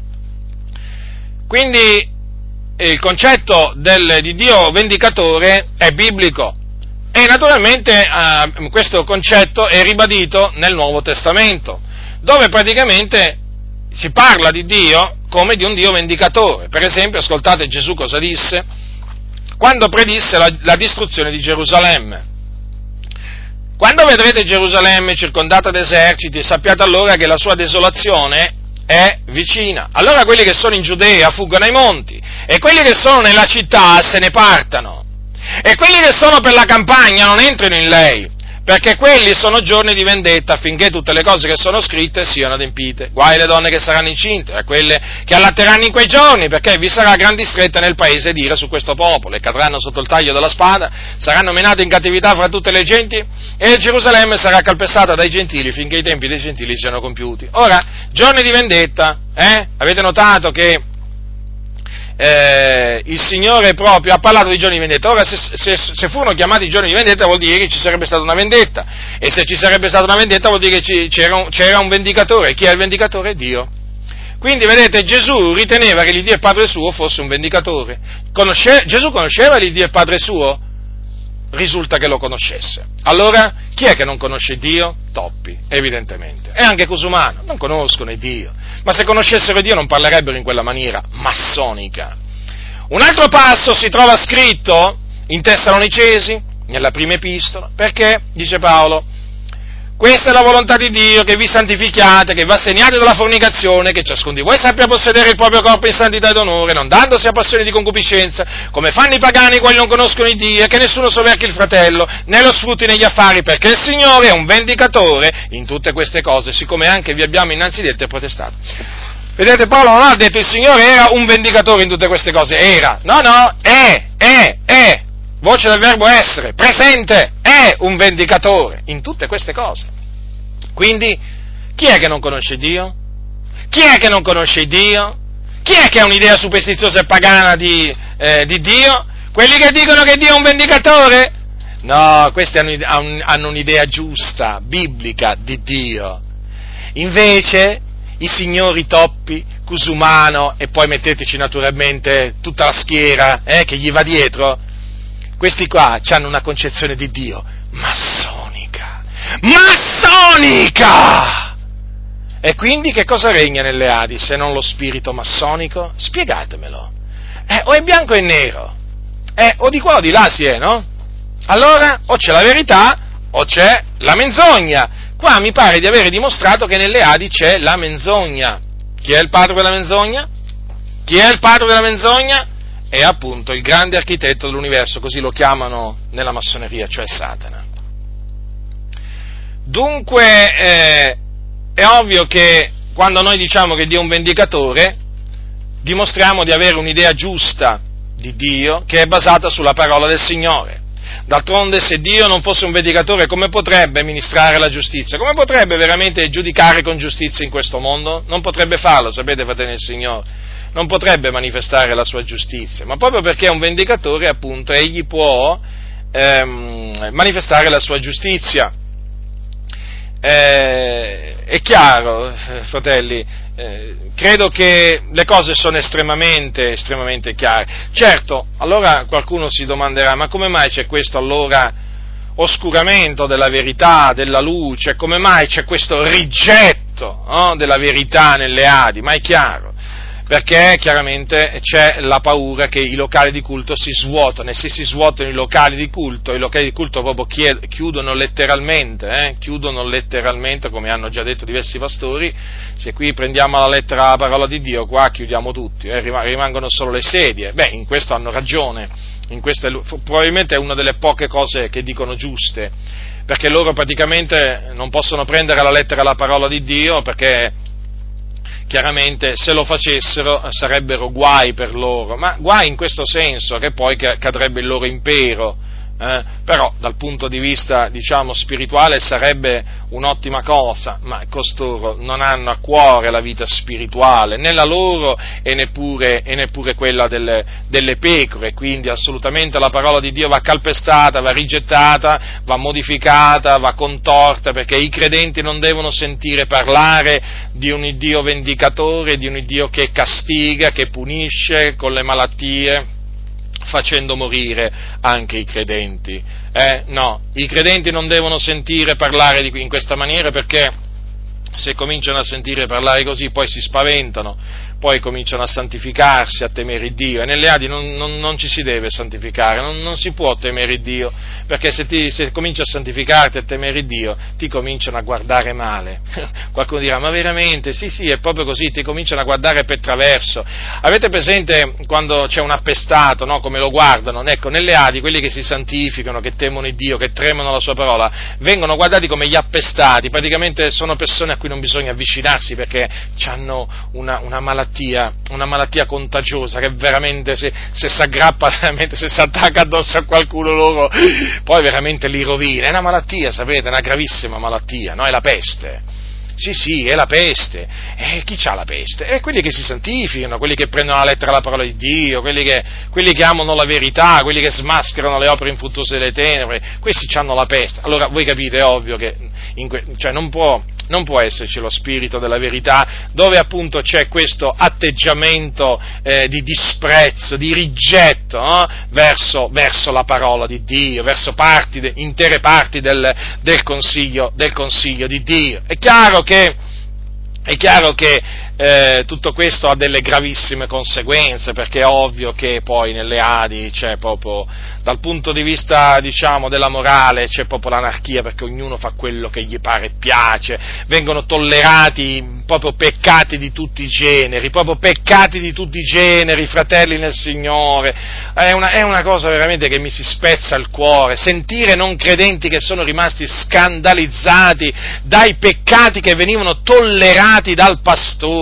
Quindi il concetto di Dio vendicatore è biblico e naturalmente questo concetto è ribadito nel Nuovo Testamento, dove praticamente si parla di Dio come di un Dio vendicatore. Per esempio, ascoltate Gesù cosa disse quando predisse la distruzione di Gerusalemme. Quando vedrete Gerusalemme circondata d'eserciti, sappiate allora che la sua desolazione è vicina. Allora quelli che sono in Giudea fuggano ai monti, e quelli che sono nella città se ne partano, e quelli che sono per la campagna non entrino in lei, perché quelli sono giorni di vendetta affinché tutte le cose che sono scritte siano adempite. Guai le donne che saranno incinte, a quelle che allatteranno in quei giorni, perché vi sarà gran distretta nel paese d'ira su questo popolo, e cadranno sotto il taglio della spada, saranno menate in cattività fra tutte le genti, e Gerusalemme sarà calpestata dai gentili finché i tempi dei gentili siano compiuti. Ora, giorni di vendetta, avete notato che il Signore proprio ha parlato di giorni di vendetta. Ora, se furono chiamati giorni di vendetta, vuol dire che ci sarebbe stata una vendetta, e se ci sarebbe stata una vendetta vuol dire che c'era un vendicatore. Chi è il vendicatore? Dio. Quindi, vedete, Gesù riteneva che l'Iddio e Padre suo fosse un vendicatore. Gesù conosceva l'Iddio e Padre suo? Risulta che lo conoscesse. Allora, chi è che non conosce Dio? Toppi, evidentemente. E anche Cusumano, non conoscono il Dio. Ma se conoscessero Dio non parlerebbero in quella maniera massonica. Un altro passo si trova scritto in Tessalonicesi, nella prima epistola, perché, dice Paolo, questa è la volontà di Dio, che vi santifichiate, che vi assegniate dalla fornicazione, che ciascuno di voi sappia possedere il proprio corpo in santità ed onore, non dandosi a passioni di concupiscenza, come fanno i pagani, quali non conoscono il Dio, e che nessuno soverchi il fratello, né lo sfrutti negli affari, perché il Signore è un vendicatore in tutte queste cose, siccome anche vi abbiamo innanzi detto e protestato. Vedete, Paolo non ha detto il Signore era un vendicatore in tutte queste cose, è. Voce del verbo essere, presente, è un vendicatore in tutte queste cose. Quindi, chi è che non conosce Dio? Chi è che non conosce Dio? Chi è che ha un'idea superstiziosa e pagana di Dio? Quelli che dicono che Dio è un vendicatore? No, questi hanno un'idea giusta, biblica di Dio. Invece, i signori Toppi, Cusumano, e poi metteteci naturalmente tutta la schiera che gli va dietro, questi qua hanno una concezione di Dio massonica! E quindi che cosa regna nelle Adi se non lo spirito massonico? Spiegatemelo. O è bianco e nero, o di qua o di là si è, no? Allora, o c'è la verità o c'è la menzogna. Qua mi pare di avere dimostrato che nelle Adi c'è la menzogna. Chi è il padre della menzogna? Chi è il padre della menzogna? È appunto il grande architetto dell'universo, così lo chiamano nella massoneria, cioè Satana. Dunque, è ovvio che quando noi diciamo che Dio è un vendicatore, dimostriamo di avere un'idea giusta di Dio che è basata sulla parola del Signore. D'altronde, se Dio non fosse un vendicatore, come potrebbe ministrare la giustizia? Come potrebbe veramente giudicare con giustizia in questo mondo? Non potrebbe farlo, sapete, fratelli del Signore. Non potrebbe manifestare la sua giustizia, ma proprio perché è un vendicatore, appunto, egli può manifestare la sua giustizia. È chiaro, fratelli, credo che le cose sono estremamente chiare. Certo, allora qualcuno si domanderà, ma come mai c'è questo allora oscuramento della verità, della luce, come mai c'è questo rigetto della verità nelle Adi? Ma è chiaro, perché chiaramente c'è la paura che i locali di culto si svuotano, e se si svuotano i locali di culto proprio chiudono letteralmente, come hanno già detto diversi pastori. Se qui prendiamo alla lettera la parola di Dio, qua chiudiamo tutti, rimangono solo le sedie. In questo hanno ragione, probabilmente è una delle poche cose che dicono giuste, perché loro praticamente non possono prendere alla lettera la parola di Dio, perché chiaramente se lo facessero sarebbero guai per loro, ma guai in questo senso che poi cadrebbe il loro impero, però dal punto di vista, diciamo, spirituale sarebbe un'ottima cosa, ma costoro non hanno a cuore la vita spirituale, né la loro e neppure quella delle pecore, quindi assolutamente la parola di Dio va calpestata, va rigettata, va modificata, va contorta, perché i credenti non devono sentire parlare di un Dio vendicatore, di un Dio che castiga, che punisce con le malattie, facendo morire anche i credenti. No, i credenti non devono sentire parlare in questa maniera, perché se cominciano a sentire parlare così poi si spaventano, poi cominciano a santificarsi, a temere Dio, e nelle Adi non ci si deve santificare, non si può temere Dio, perché se cominci a santificarti, a temere Dio, ti cominciano a guardare male. Qualcuno dirà, ma veramente? Sì, è proprio così, ti cominciano a guardare per traverso. Avete presente quando c'è un appestato, no? Come lo guardano? Ecco, nelle Adi, quelli che si santificano, che temono Dio, che tremano la sua parola, vengono guardati come gli appestati, praticamente sono persone a cui non bisogna avvicinarsi perché hanno una malattia contagiosa che veramente se si aggrappa, veramente se si attacca addosso a qualcuno loro, poi veramente li rovina. È una malattia, sapete, è una gravissima malattia, no? È la peste. Sì, è la peste. E chi c'ha la peste? Quelli che si santificano, quelli che prendono alla lettera la parola di Dio, quelli che amano la verità, quelli che smascherano le opere infruttuose delle tenebre, questi hanno la peste. Allora voi capite, è ovvio che cioè non può esserci lo spirito della verità dove appunto c'è questo atteggiamento di disprezzo, di rigetto, no? verso la parola di Dio, verso intere parti del consiglio di Dio. È chiaro che tutto questo ha delle gravissime conseguenze, perché è ovvio che poi nelle Adi c'è proprio, dal punto di vista, diciamo, della morale, c'è proprio l'anarchia, perché ognuno fa quello che gli pare e piace, vengono tollerati proprio peccati di tutti i generi, fratelli nel Signore. È una cosa veramente che mi si spezza il cuore, sentire non credenti che sono rimasti scandalizzati dai peccati che venivano tollerati dal pastore,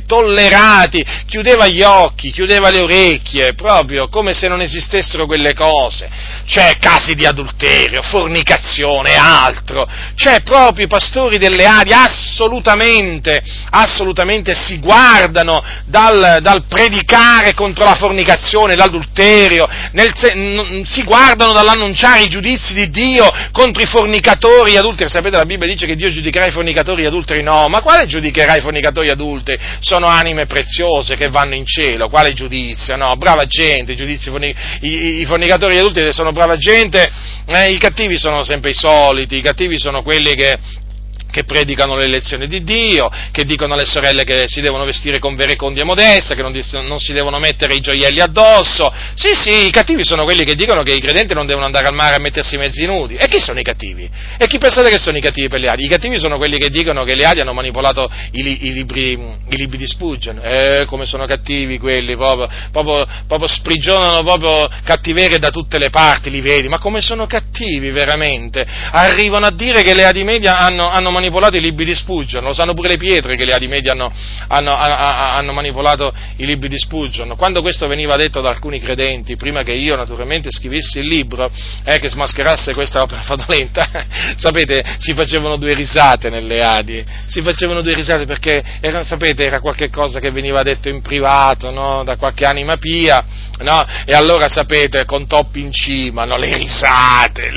chiudeva gli occhi, chiudeva le orecchie, proprio come se non esistessero quelle cose. C'è casi di adulterio, fornicazione, altro, c'è proprio i pastori delle Adi assolutamente si guardano dal predicare contro la fornicazione, l'adulterio, si guardano dall'annunciare i giudizi di Dio contro i fornicatori e adulteri. Sapete, la Bibbia dice che Dio giudicherà i fornicatori e adulteri? No, ma quale giudicherà i fornicatori e adulteri? Sono anime preziose che vanno in cielo, quale giudizio? No, brava gente, i fornicatori e adulteri sono brava gente, i cattivi sono sempre i soliti, i cattivi sono quelli che predicano le lezioni di Dio, che dicono alle sorelle che si devono vestire con verecondia modesta, che non si devono mettere i gioielli addosso. Sì, i cattivi sono quelli che dicono che i credenti non devono andare al mare a mettersi mezzi nudi. E chi sono i cattivi? E chi pensate che sono i cattivi per le Adi? I cattivi sono quelli che dicono che le Adi hanno manipolato i libri di Spurgeon. Come sono cattivi quelli, proprio sprigionano proprio cattiverie da tutte le parti, li vedi, ma come sono cattivi veramente? Arrivano a dire che le Adi Media hanno manipolato i libri di Spurgeon, lo sanno pure le pietre che le Adi Media hanno manipolato i libri di Spurgeon. Quando questo veniva detto da alcuni credenti, prima che io naturalmente scrivessi il libro che smascherasse questa opera fraudolenta, sapete, si facevano due risate nelle Adi, perché era qualche cosa che veniva detto in privato, no? Da qualche anima pia, no? E allora sapete, con Toppi in cima, no? Le risate,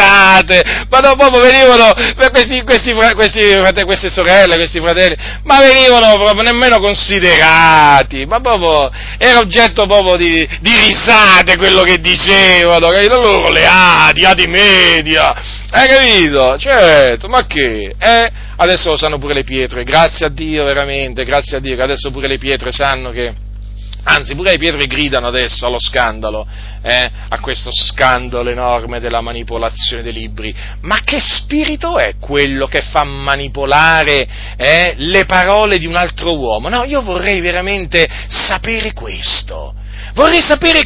ma no, proprio venivano per queste sorelle, questi fratelli, ma venivano proprio nemmeno considerati, ma proprio era oggetto proprio di risate quello che dicevano, loro le Adi Media, hai capito? Certo, ma che? Adesso lo sanno pure le pietre, grazie a Dio veramente, grazie a Dio che adesso pure le pietre sanno che, anzi pure le pietre gridano adesso allo scandalo, a questo scandalo enorme della manipolazione dei libri. Ma che spirito è quello che fa manipolare le parole di un altro uomo? No, io vorrei veramente sapere questo. Vorrei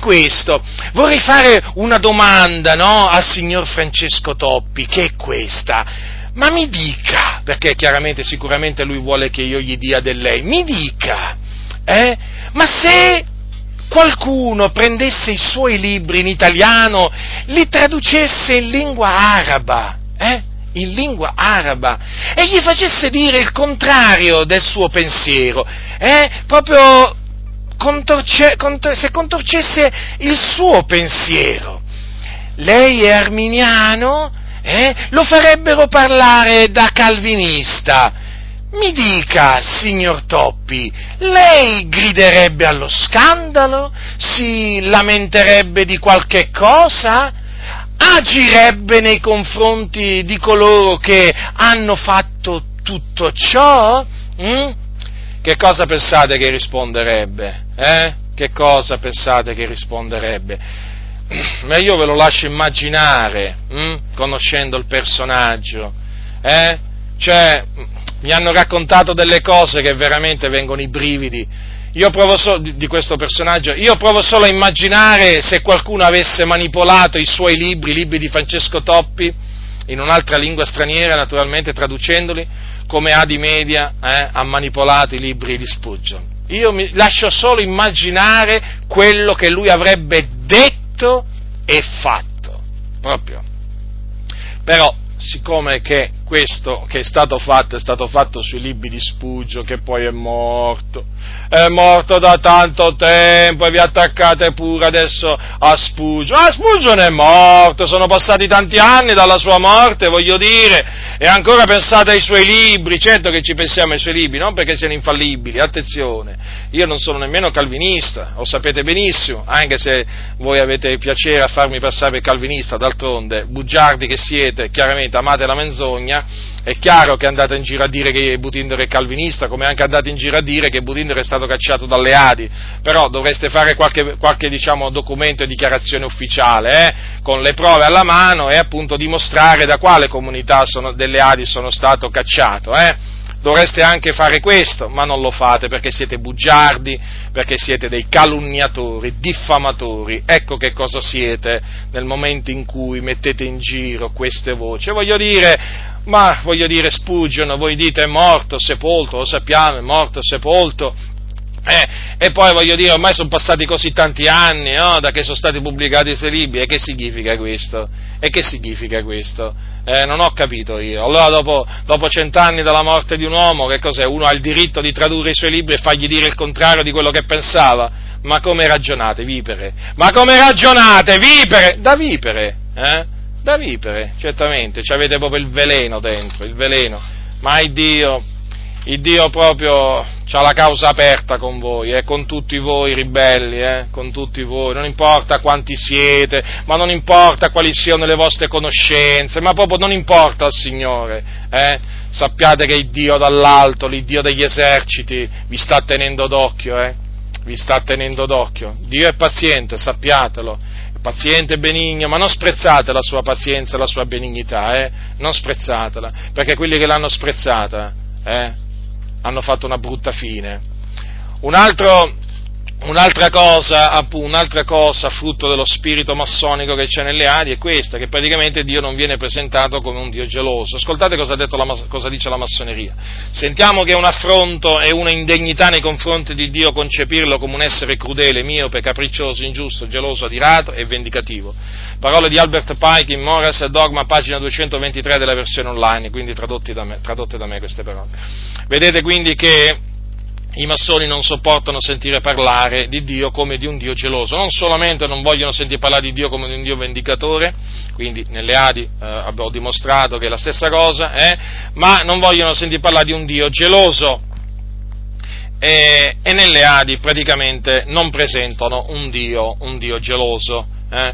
fare una domanda, no, al signor Francesco Toppi, che è questa. Ma mi dica, perché chiaramente, sicuramente lui vuole che io gli dia del lei, mi dica, ma se qualcuno prendesse i suoi libri in italiano, li traducesse in lingua araba, e gli facesse dire il contrario del suo pensiero, proprio se contorcesse il suo pensiero, lei è arminiano, lo farebbero parlare da calvinista. Mi dica, signor Toppi, lei griderebbe allo scandalo? Si lamenterebbe di qualche cosa? Agirebbe nei confronti di coloro che hanno fatto tutto ciò? che cosa pensate che risponderebbe? Che cosa pensate che risponderebbe? Ma io ve lo lascio immaginare, conoscendo il personaggio, Cioè, mi hanno raccontato delle cose che veramente vengono i brividi. Io provo di questo personaggio, io provo solo a immaginare se qualcuno avesse manipolato i suoi libri, i libri di Francesco Toppi, in un'altra lingua straniera, naturalmente traducendoli, come Adi Media ha manipolato i libri di Spurgeon. Io mi lascio solo immaginare quello che lui avrebbe detto e fatto, proprio. Però, siccome che questo che è stato fatto sui libri di Spurgeon, che poi è morto da tanto tempo, e vi attaccate pure adesso a Spurgeon. Spurgeon è morto, sono passati tanti anni dalla sua morte, voglio dire, e ancora pensate ai suoi libri. Certo che ci pensiamo ai suoi libri, non perché siano infallibili, attenzione, io non sono nemmeno calvinista, lo sapete benissimo, anche se voi avete piacere a farmi passare per calvinista, d'altronde, bugiardi che siete, chiaramente amate la menzogna. È chiaro che andate in giro a dire che Butindaro è calvinista, come anche andate in giro a dire che Butindaro è stato cacciato dalle Adi, però dovreste fare qualche diciamo, documento e dichiarazione ufficiale, con le prove alla mano, e appunto dimostrare da quale comunità delle Adi sono stato cacciato, Dovreste anche fare questo, ma non lo fate perché siete bugiardi, perché siete dei calunniatori, diffamatori. Ecco che cosa siete nel momento in cui mettete in giro queste voci. Voglio dire, Spurgeon, voi dite è morto, sepolto, lo sappiamo, è morto, sepolto. E poi voglio dire, ormai sono passati così tanti anni, no, da che sono stati pubblicati i suoi libri, e che significa questo? Non ho capito io. Allora dopo 100 anni dalla morte di un uomo, che cos'è? Uno ha il diritto di tradurre i suoi libri e fargli dire il contrario di quello che pensava? Ma come ragionate, vipere? Da vipere, Da vipere, certamente, ci avete proprio il veleno dentro, il veleno. Ma il Dio proprio c'ha la causa aperta con voi, con tutti voi ribelli, con tutti voi, non importa quanti siete, ma non importa quali siano le vostre conoscenze, ma proprio non importa al Signore, sappiate che il Dio dall'alto, l'Iddio degli eserciti, vi sta tenendo d'occhio, vi sta tenendo d'occhio. Dio è paziente, sappiatelo, è paziente e benigno, ma non sprezzate la sua pazienza e la sua benignità, non sprezzatela, perché quelli che l'hanno sprezzata, hanno fatto una brutta fine. Un'altra cosa frutto dello spirito massonico che c'è nelle Adi è questa, che praticamente Dio non viene presentato come un Dio geloso. Ascoltate cosa dice la massoneria. Sentiamo che è un affronto e una indegnità nei confronti di Dio concepirlo come un essere crudele, miope, capriccioso, ingiusto, geloso, adirato e vendicativo. Parole di Albert Pike in Morals e Dogma, pagina 223 della versione online, quindi tradotte da me queste parole. Vedete quindi che i massoni non sopportano sentire parlare di Dio come di un Dio geloso, non solamente non vogliono sentire parlare di Dio come di un Dio vendicatore, quindi nelle Adi abbiamo dimostrato che è la stessa cosa, ma non vogliono sentire parlare di un Dio geloso, e nelle Adi praticamente non presentano un Dio geloso,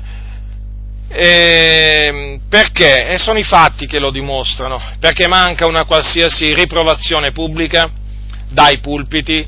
perché? E sono i fatti che lo dimostrano, perché manca una qualsiasi riprovazione pubblica dai pulpiti,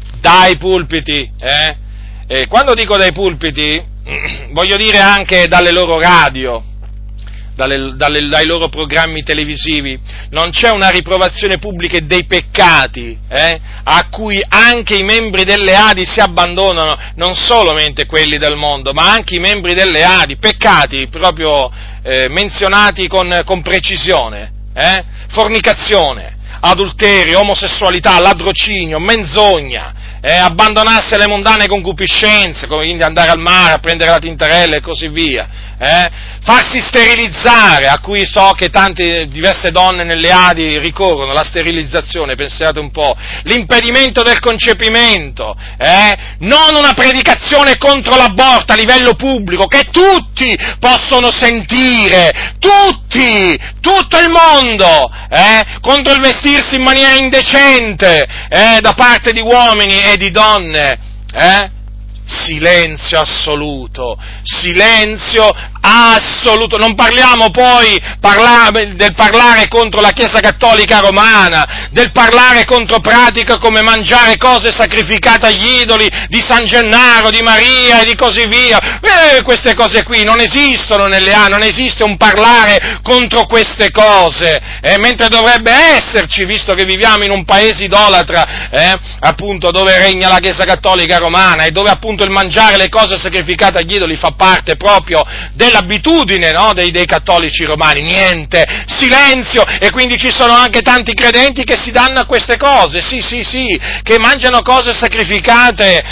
e quando dico dai pulpiti, voglio dire anche dalle loro radio, dai loro programmi televisivi. Non c'è una riprovazione pubblica dei peccati, a cui anche i membri delle Adi si abbandonano, non solamente quelli del mondo, ma anche i membri delle Adi, peccati proprio menzionati con precisione, fornicazione, adulterio, omosessualità, ladrocinio, menzogna, abbandonarsi alle mondane concupiscenze, quindi andare al mare a prendere la tintarella e così via, farsi sterilizzare, a cui so che diverse donne nelle Adi ricorrono, la sterilizzazione, pensate un po', l'impedimento del concepimento, non una predicazione contro l'aborto a livello pubblico, che tutti possono sentire, tutto il mondo, contro il vestirsi in maniera indecente, da parte di uomini e di donne, silenzio non parliamo poi del parlare contro la Chiesa Cattolica Romana, del parlare contro pratiche come mangiare cose sacrificate agli idoli di San Gennaro, di Maria e di così via. Queste cose qui non esistono non esiste un parlare contro queste cose, mentre dovrebbe esserci, visto che viviamo in un paese idolatra, appunto dove regna la Chiesa Cattolica Romana e dove appunto il mangiare le cose sacrificate agli idoli fa parte proprio dell'abitudine, no? dei cattolici romani. Niente, silenzio, e quindi ci sono anche tanti credenti che si danno a queste cose, sì, che mangiano cose sacrificate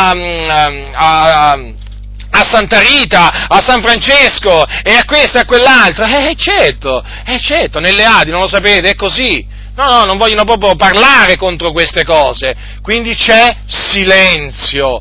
a Santa Rita, a San Francesco, e a questo e a quell'altro. Certo, nelle Adi, non lo sapete, è così. No, non vogliono proprio parlare contro queste cose, quindi c'è silenzio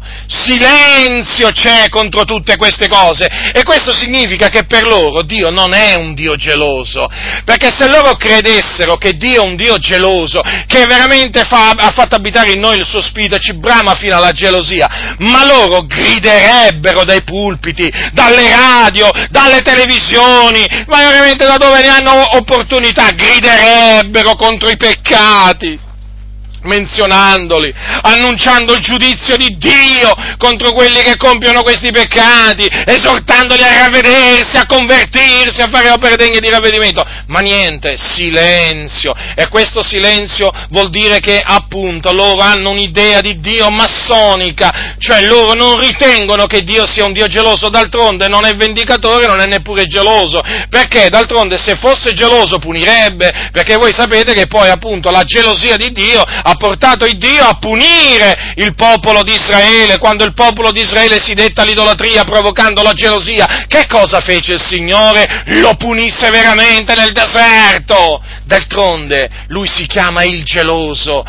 c'è contro tutte queste cose, e questo significa che per loro Dio non è un Dio geloso, perché se loro credessero che Dio è un Dio geloso, che veramente ha fatto abitare in noi il suo spirito e ci brama fino alla gelosia, ma loro griderebbero dai pulpiti, dalle radio, dalle televisioni, ma veramente da dove ne hanno opportunità, griderebbero contro i peccati, menzionandoli, annunciando il giudizio di Dio contro quelli che compiono questi peccati, esortandoli a ravvedersi, a convertirsi, a fare opere degne di ravvedimento. Ma niente, silenzio, e questo silenzio vuol dire che appunto loro hanno un'idea di Dio massonica, cioè loro non ritengono che Dio sia un Dio geloso, d'altronde non è vendicatore, non è neppure geloso, perché d'altronde se fosse geloso punirebbe, perché voi sapete che poi appunto la gelosia di Dio ha portato il Dio a punire il popolo di Israele, quando il popolo di Israele si detta all'idolatria provocando la gelosia. Che cosa fece il Signore? Lo punì severamente nel deserto. D'altronde lui si chiama il geloso,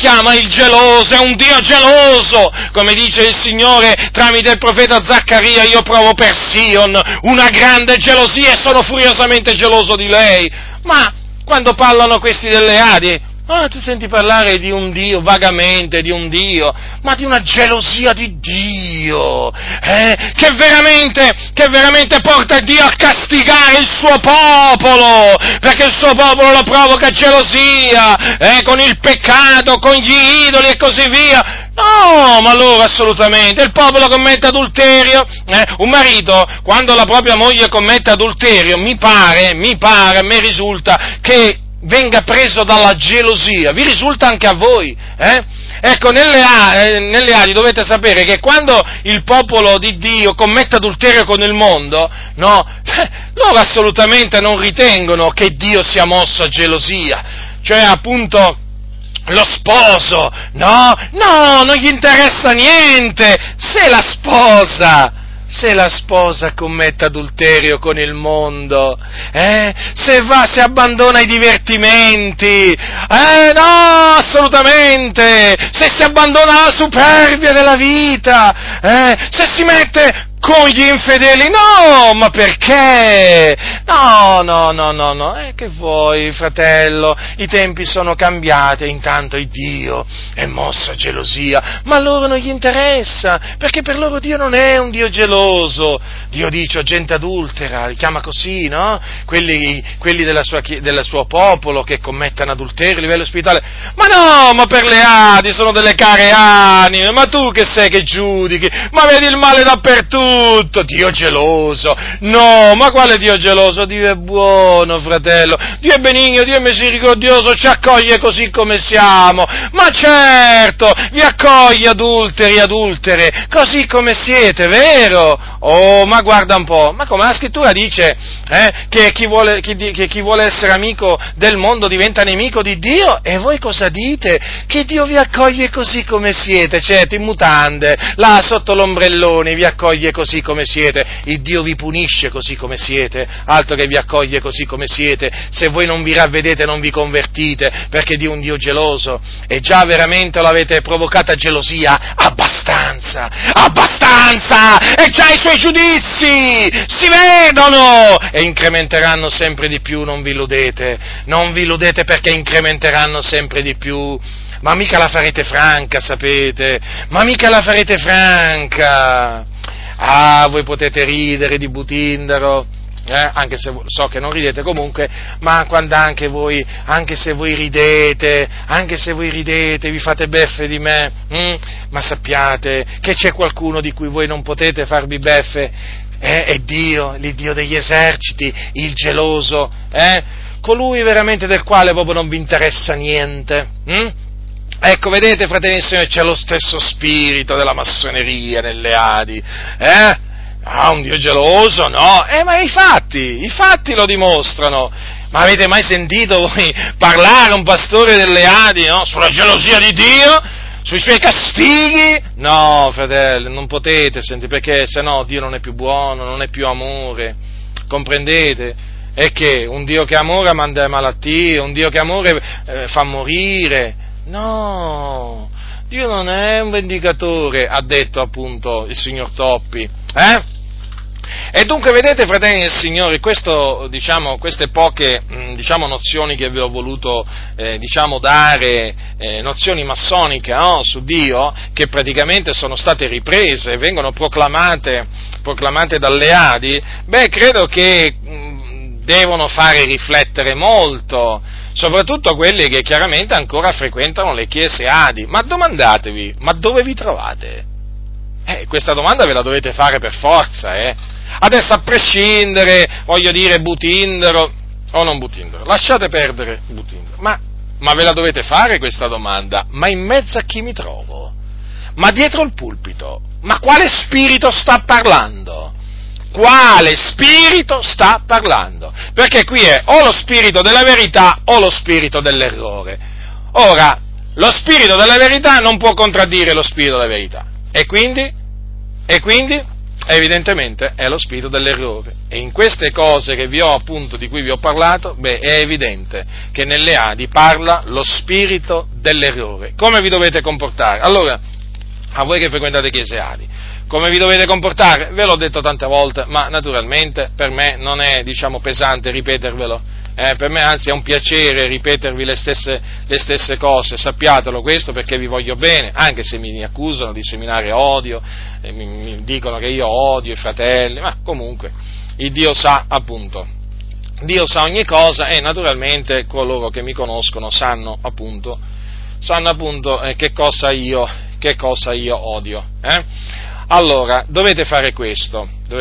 è un Dio geloso, come dice il Signore tramite il profeta Zaccaria: io provo per Sion una grande gelosia e sono furiosamente geloso di lei. Ma quando parlano questi delle Adi, tu senti parlare di un Dio, vagamente di un Dio, ma di una gelosia di Dio, che veramente porta Dio a castigare il suo popolo, perché il suo popolo lo provoca gelosia, con il peccato, con gli idoli e così via. No, ma loro assolutamente, il popolo commette adulterio, un marito, quando la propria moglie commette adulterio, mi risulta che venga preso dalla gelosia. Vi risulta anche a voi? Ecco, nelle Adi dovete sapere che quando il popolo di Dio commette adulterio con il mondo, no, loro assolutamente non ritengono che Dio sia mosso a gelosia, cioè appunto lo sposo, no, non gli interessa niente se la sposa commette adulterio con il mondo, se abbandona i divertimenti, no, assolutamente, se si abbandona la superbia della vita, se si mette con gli infedeli, no, ma perché? No, che vuoi, fratello, i tempi sono cambiati e intanto il Dio è mosso a gelosia, ma a loro non gli interessa, perché per loro Dio non è un Dio geloso. Dio dice: gente adultera, li chiama così, no? Quelli del suo popolo che commettono adulterio a livello spirituale. Ma no, ma per le Adi sono delle care anime, ma tu che sei che giudichi? Ma vedi il male dappertutto, Dio geloso. No, ma quale Dio geloso? Dio è buono, fratello, Dio è benigno, Dio è misericordioso, ci accoglie così come siamo, ma certo, vi accoglie adulteri, adultere, così come siete, vero? Oh, ma guarda un po', ma come la scrittura dice, che chi vuole essere amico del mondo diventa nemico di Dio, e voi cosa dite? Che Dio vi accoglie così come siete, certo, in mutande, là sotto l'ombrellone, vi accoglie così come siete, il Dio vi punisce così come siete, altro che vi accoglie così come siete, se voi non vi ravvedete, non vi convertite, perché Dio è un Dio geloso, e già veramente l'avete provocata gelosia abbastanza, e già i suoi giudizi si vedono, e incrementeranno sempre di più, non vi illudete perché incrementeranno sempre di più. Ma mica la farete franca, sapete? Ma mica la farete franca! Ah, voi potete ridere di Butindaro, anche se so che non ridete comunque, ma quando anche se voi ridete, vi fate beffe di me, ma sappiate che c'è qualcuno di cui voi non potete farvi beffe, è Dio, l'Iddio degli eserciti, il geloso, colui veramente del quale proprio non vi interessa niente, Ecco, vedete, fratelli del Signore, c'è lo stesso spirito della massoneria nelle Adi, un Dio geloso, no? Ma i fatti lo dimostrano. Ma avete mai sentito voi parlare a un pastore delle Adi, no? Sulla gelosia di Dio? Sui suoi castighi? No, fratelli, non potete sentire, perché sennò Dio non è più buono, non è più amore, comprendete? È che un Dio che è amore manda le malattie, un Dio che è amore fa morire. No, Dio non è un vendicatore, ha detto appunto il signor Toppi, E dunque vedete, fratelli del Signore, queste poche, nozioni che vi ho voluto, dare, nozioni massoniche, no, su Dio, che praticamente sono state riprese e vengono proclamate dalle Adi, credo che devono fare riflettere molto, soprattutto quelli che chiaramente ancora frequentano le chiese Adi. Ma domandatevi, ma dove vi trovate? Questa domanda ve la dovete fare per forza, Adesso, a prescindere, voglio dire, Butindaro o non Butindaro, lasciate perdere Butindaro, ma ve la dovete fare questa domanda? Ma in mezzo a chi mi trovo? Ma dietro il pulpito? Ma quale spirito sta parlando? Quale spirito sta parlando? Perché qui è o lo spirito della verità o lo spirito dell'errore. Ora, lo spirito della verità non può contraddire lo spirito della verità. E quindi, evidentemente, è lo spirito dell'errore. E in queste cose di cui vi ho parlato, è evidente che nelle Adi parla lo spirito dell'errore. Come vi dovete comportare? Allora, a voi che frequentate chiese Adi, come vi dovete comportare? Ve l'ho detto tante volte, ma naturalmente per me non è, pesante ripetervelo. Per me anzi è un piacere ripetervi le stesse cose, sappiatelo questo, perché vi voglio bene, anche se mi accusano di seminare odio, mi dicono che io odio i fratelli, ma comunque il Dio sa ogni cosa, e naturalmente coloro che mi conoscono sanno appunto che cosa io odio. Allora, dovete fare questo.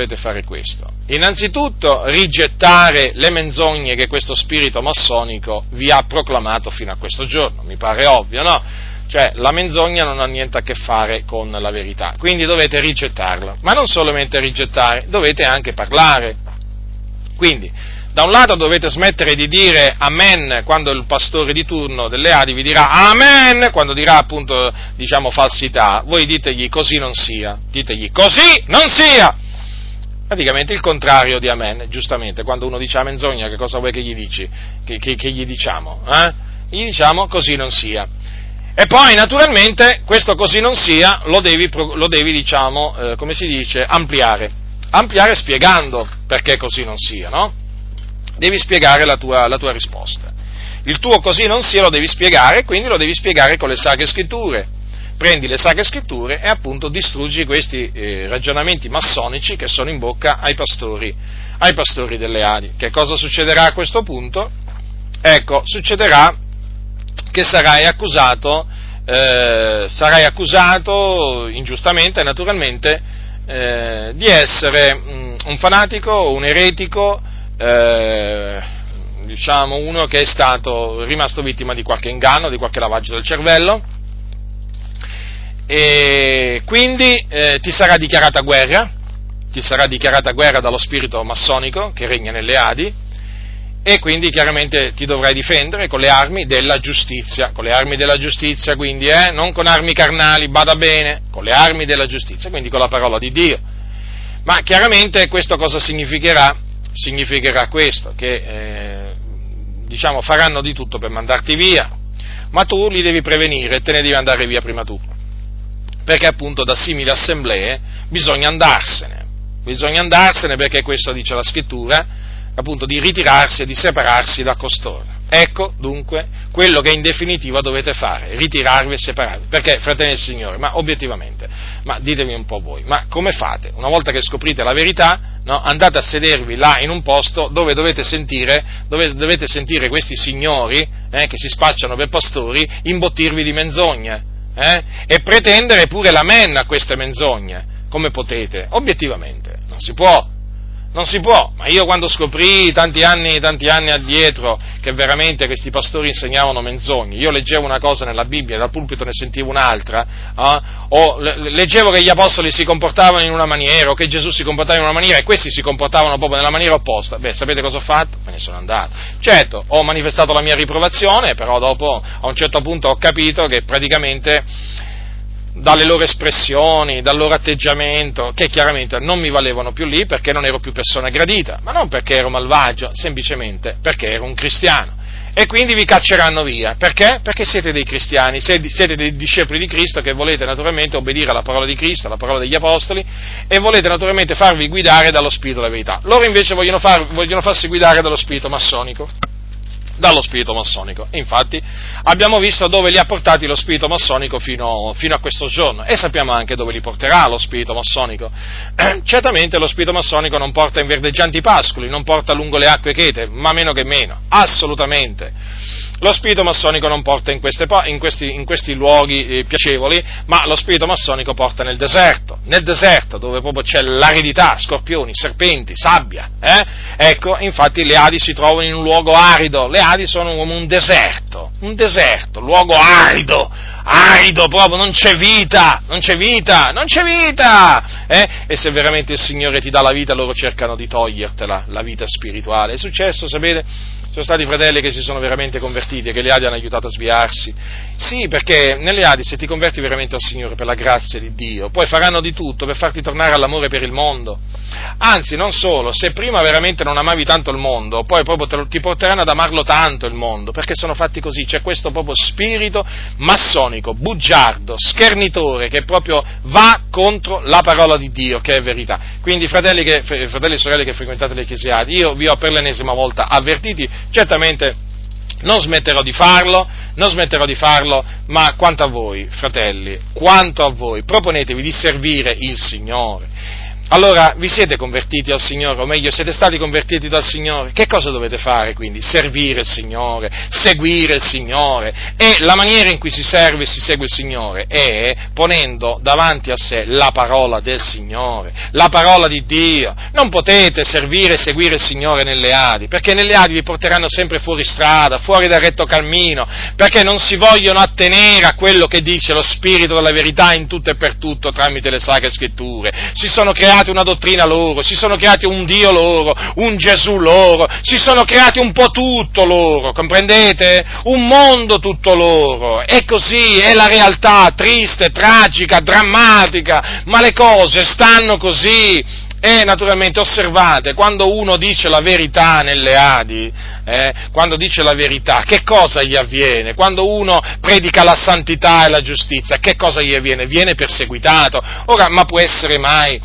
Innanzitutto, rigettare le menzogne che questo spirito massonico vi ha proclamato fino a questo giorno. Mi pare ovvio, no? Cioè, la menzogna non ha niente a che fare con la verità, quindi dovete rigettarla. Ma non solamente rigettare, dovete anche parlare. Quindi, da un lato dovete smettere di dire amen quando il pastore di turno delle Adi vi dirà amen, quando dirà appunto, falsità, voi ditegli così non sia, praticamente il contrario di amen, giustamente, quando uno dice la menzogna, che cosa vuoi che gli dici? Che gli diciamo? Gli diciamo così non sia. E poi naturalmente questo così non sia lo devi ampliare spiegando perché così non sia, no? Devi spiegare la tua risposta. Il tuo così non sia lo devi spiegare, quindi lo devi spiegare con le Sacre Scritture. Prendi le Sacre Scritture e appunto distruggi questi ragionamenti massonici che sono in bocca ai pastori delle Adi. Che cosa succederà a questo punto? Ecco, succederà che sarai accusato ingiustamente, naturalmente, di essere un fanatico, un eretico, uno che è rimasto vittima di qualche inganno, di qualche lavaggio del cervello, e quindi ti sarà dichiarata guerra dallo spirito massonico che regna nelle Adi, e quindi chiaramente ti dovrai difendere con le armi della giustizia, quindi non con armi carnali, bada bene, con le armi della giustizia, quindi con la parola di Dio. Ma chiaramente questo cosa significherà? Significherà questo, che faranno di tutto per mandarti via, ma tu li devi prevenire e te ne devi andare via prima tu, perché appunto da simili assemblee bisogna andarsene, perché questo dice la Scrittura, appunto di ritirarsi e di separarsi da costoro. Ecco dunque quello che in definitiva dovete fare, ritirarvi e separarvi, perché, fratelli del Signore, ma obiettivamente, ma ditemi un po' voi, ma come fate? Una volta che scoprite la verità, no, andate a sedervi là in un posto dove dovete sentire questi signori, che si spacciano per pastori, imbottirvi di menzogne, e pretendere pure l'amen a queste menzogne. Come potete? Obiettivamente, non si può, ma io quando scoprì tanti anni addietro che veramente questi pastori insegnavano menzogne, io leggevo una cosa nella Bibbia, dal pulpito ne sentivo un'altra, o leggevo che gli apostoli si comportavano in una maniera, o che Gesù si comportava in una maniera, e questi si comportavano proprio nella maniera opposta. Sapete cosa ho fatto? Me ne sono andato. Certo, ho manifestato la mia riprovazione, però dopo, a un certo punto, ho capito che praticamente dalle loro espressioni, dal loro atteggiamento, che chiaramente non mi valevano più lì perché non ero più persona gradita, ma non perché ero malvagio, semplicemente perché ero un cristiano. E quindi vi cacceranno via. Perché? Perché siete dei cristiani, siete dei discepoli di Cristo che volete naturalmente obbedire alla parola di Cristo, alla parola degli apostoli, e volete naturalmente farvi guidare dallo Spirito della verità. Loro invece vogliono farsi guidare dallo Spirito massonico. Infatti abbiamo visto dove li ha portati lo spirito massonico fino a questo giorno, e sappiamo anche dove li porterà lo spirito massonico. Certamente lo spirito massonico non porta in verdeggianti pascoli, non porta lungo le acque chete, ma meno che meno, assolutamente. Lo spirito massonico non porta in questi luoghi piacevoli, ma lo spirito massonico porta nel deserto dove proprio c'è l'aridità, scorpioni, serpenti, sabbia, Ecco, infatti le Adi si trovano in un luogo arido, le Adi sono come un deserto, luogo arido proprio, non c'è vita, e se veramente il Signore ti dà la vita, loro cercano di togliertela, la vita spirituale. È successo, sapete? Sono stati fratelli che si sono veramente convertiti e che le Adi hanno aiutato a sviarsi. Sì, perché nelle Adi, se ti converti veramente al Signore per la grazia di Dio, poi faranno di tutto per farti tornare all'amore per il mondo. Anzi, non solo, se prima veramente non amavi tanto il mondo, poi proprio ti porteranno ad amarlo tanto il mondo, perché sono fatti così. C'è questo proprio spirito massonico, bugiardo, schernitore, che proprio va contro la parola di Dio, che è verità. Quindi, fratelli e sorelle che frequentate le chiese Adi, io vi ho per l'ennesima volta avvertiti. Certamente non smetterò di farlo, ma quanto a voi, fratelli, proponetevi di servire il Signore. Allora, vi siete convertiti al Signore, o meglio, siete stati convertiti dal Signore? Che cosa dovete fare quindi? Servire il Signore, seguire il Signore, e la maniera in cui si serve e si segue il Signore è ponendo davanti a sé la parola del Signore, la parola di Dio. Non potete servire e seguire il Signore nelle Adi, perché nelle Adi vi porteranno sempre fuori strada, fuori dal retto cammino, perché non si vogliono attenere a quello che dice lo Spirito della verità in tutto e per tutto tramite le Sacre Scritture. Si sono creati una dottrina loro, si sono creati un Dio loro, un Gesù loro, si sono creati un po' tutto loro, comprendete? Un mondo tutto loro. È così, è la realtà, triste, tragica, drammatica, ma le cose stanno così. E naturalmente osservate, quando uno dice la verità nelle Adi, quando dice la verità, che cosa gli avviene? Quando uno predica la santità e la giustizia, che cosa gli avviene? Viene perseguitato. Ora, ma può essere mai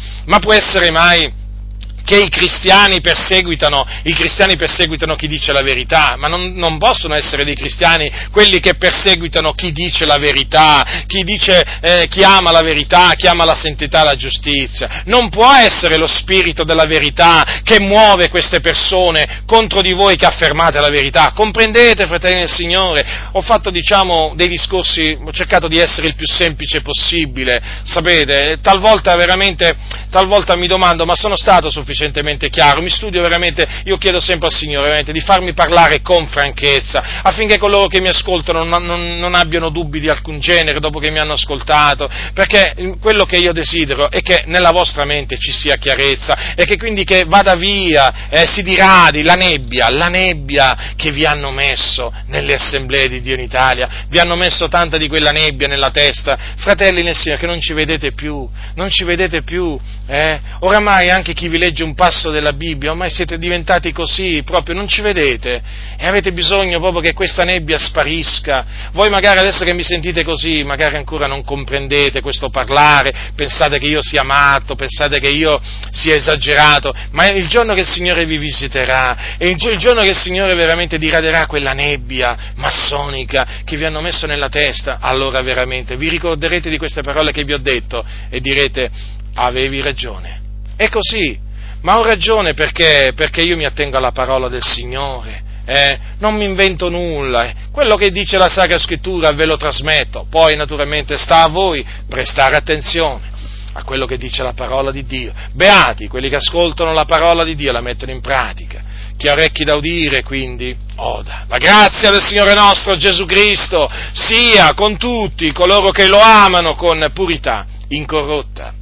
che i cristiani perseguitano chi dice la verità? Ma non possono essere dei cristiani quelli che perseguitano chi dice la verità, chi ama la verità, chi ama la santità e la giustizia. Non può essere lo spirito della verità che muove queste persone contro di voi che affermate la verità. Comprendete, fratelli del Signore? Ho fatto, dei discorsi, ho cercato di essere il più semplice possibile, sapete? Talvolta mi domando, ma sono stato sufficientemente chiaro? Mi studio veramente, io chiedo sempre al Signore veramente di farmi parlare con franchezza, affinché coloro che mi ascoltano non abbiano dubbi di alcun genere dopo che mi hanno ascoltato, perché quello che io desidero è che nella vostra mente ci sia chiarezza, e che quindi che vada via, si diradi la nebbia che vi hanno messo nelle assemblee di Dio in Italia. Vi hanno messo tanta di quella nebbia nella testa, fratelli nel Signore, che non ci vedete più, oramai anche chi vi legge legge un passo della Bibbia, ormai siete diventati così, proprio non ci vedete, e avete bisogno proprio che questa nebbia sparisca. Voi magari adesso che mi sentite così, magari ancora non comprendete questo parlare, pensate che io sia matto, pensate che io sia esagerato, ma il giorno che il Signore vi visiterà, e il giorno che il Signore veramente diraderà quella nebbia massonica che vi hanno messo nella testa, allora veramente vi ricorderete di queste parole che vi ho detto e direte: avevi ragione. È così, ma ho ragione perché io mi attengo alla parola del Signore, non mi invento nulla, quello che dice la Sacra Scrittura ve lo trasmetto, poi naturalmente sta a voi prestare attenzione a quello che dice la parola di Dio. Beati quelli che ascoltano la parola di Dio e la mettono in pratica. Chi ha orecchi da udire, quindi, oda. La grazia del Signore nostro Gesù Cristo sia con tutti coloro che lo amano con purità incorrotta.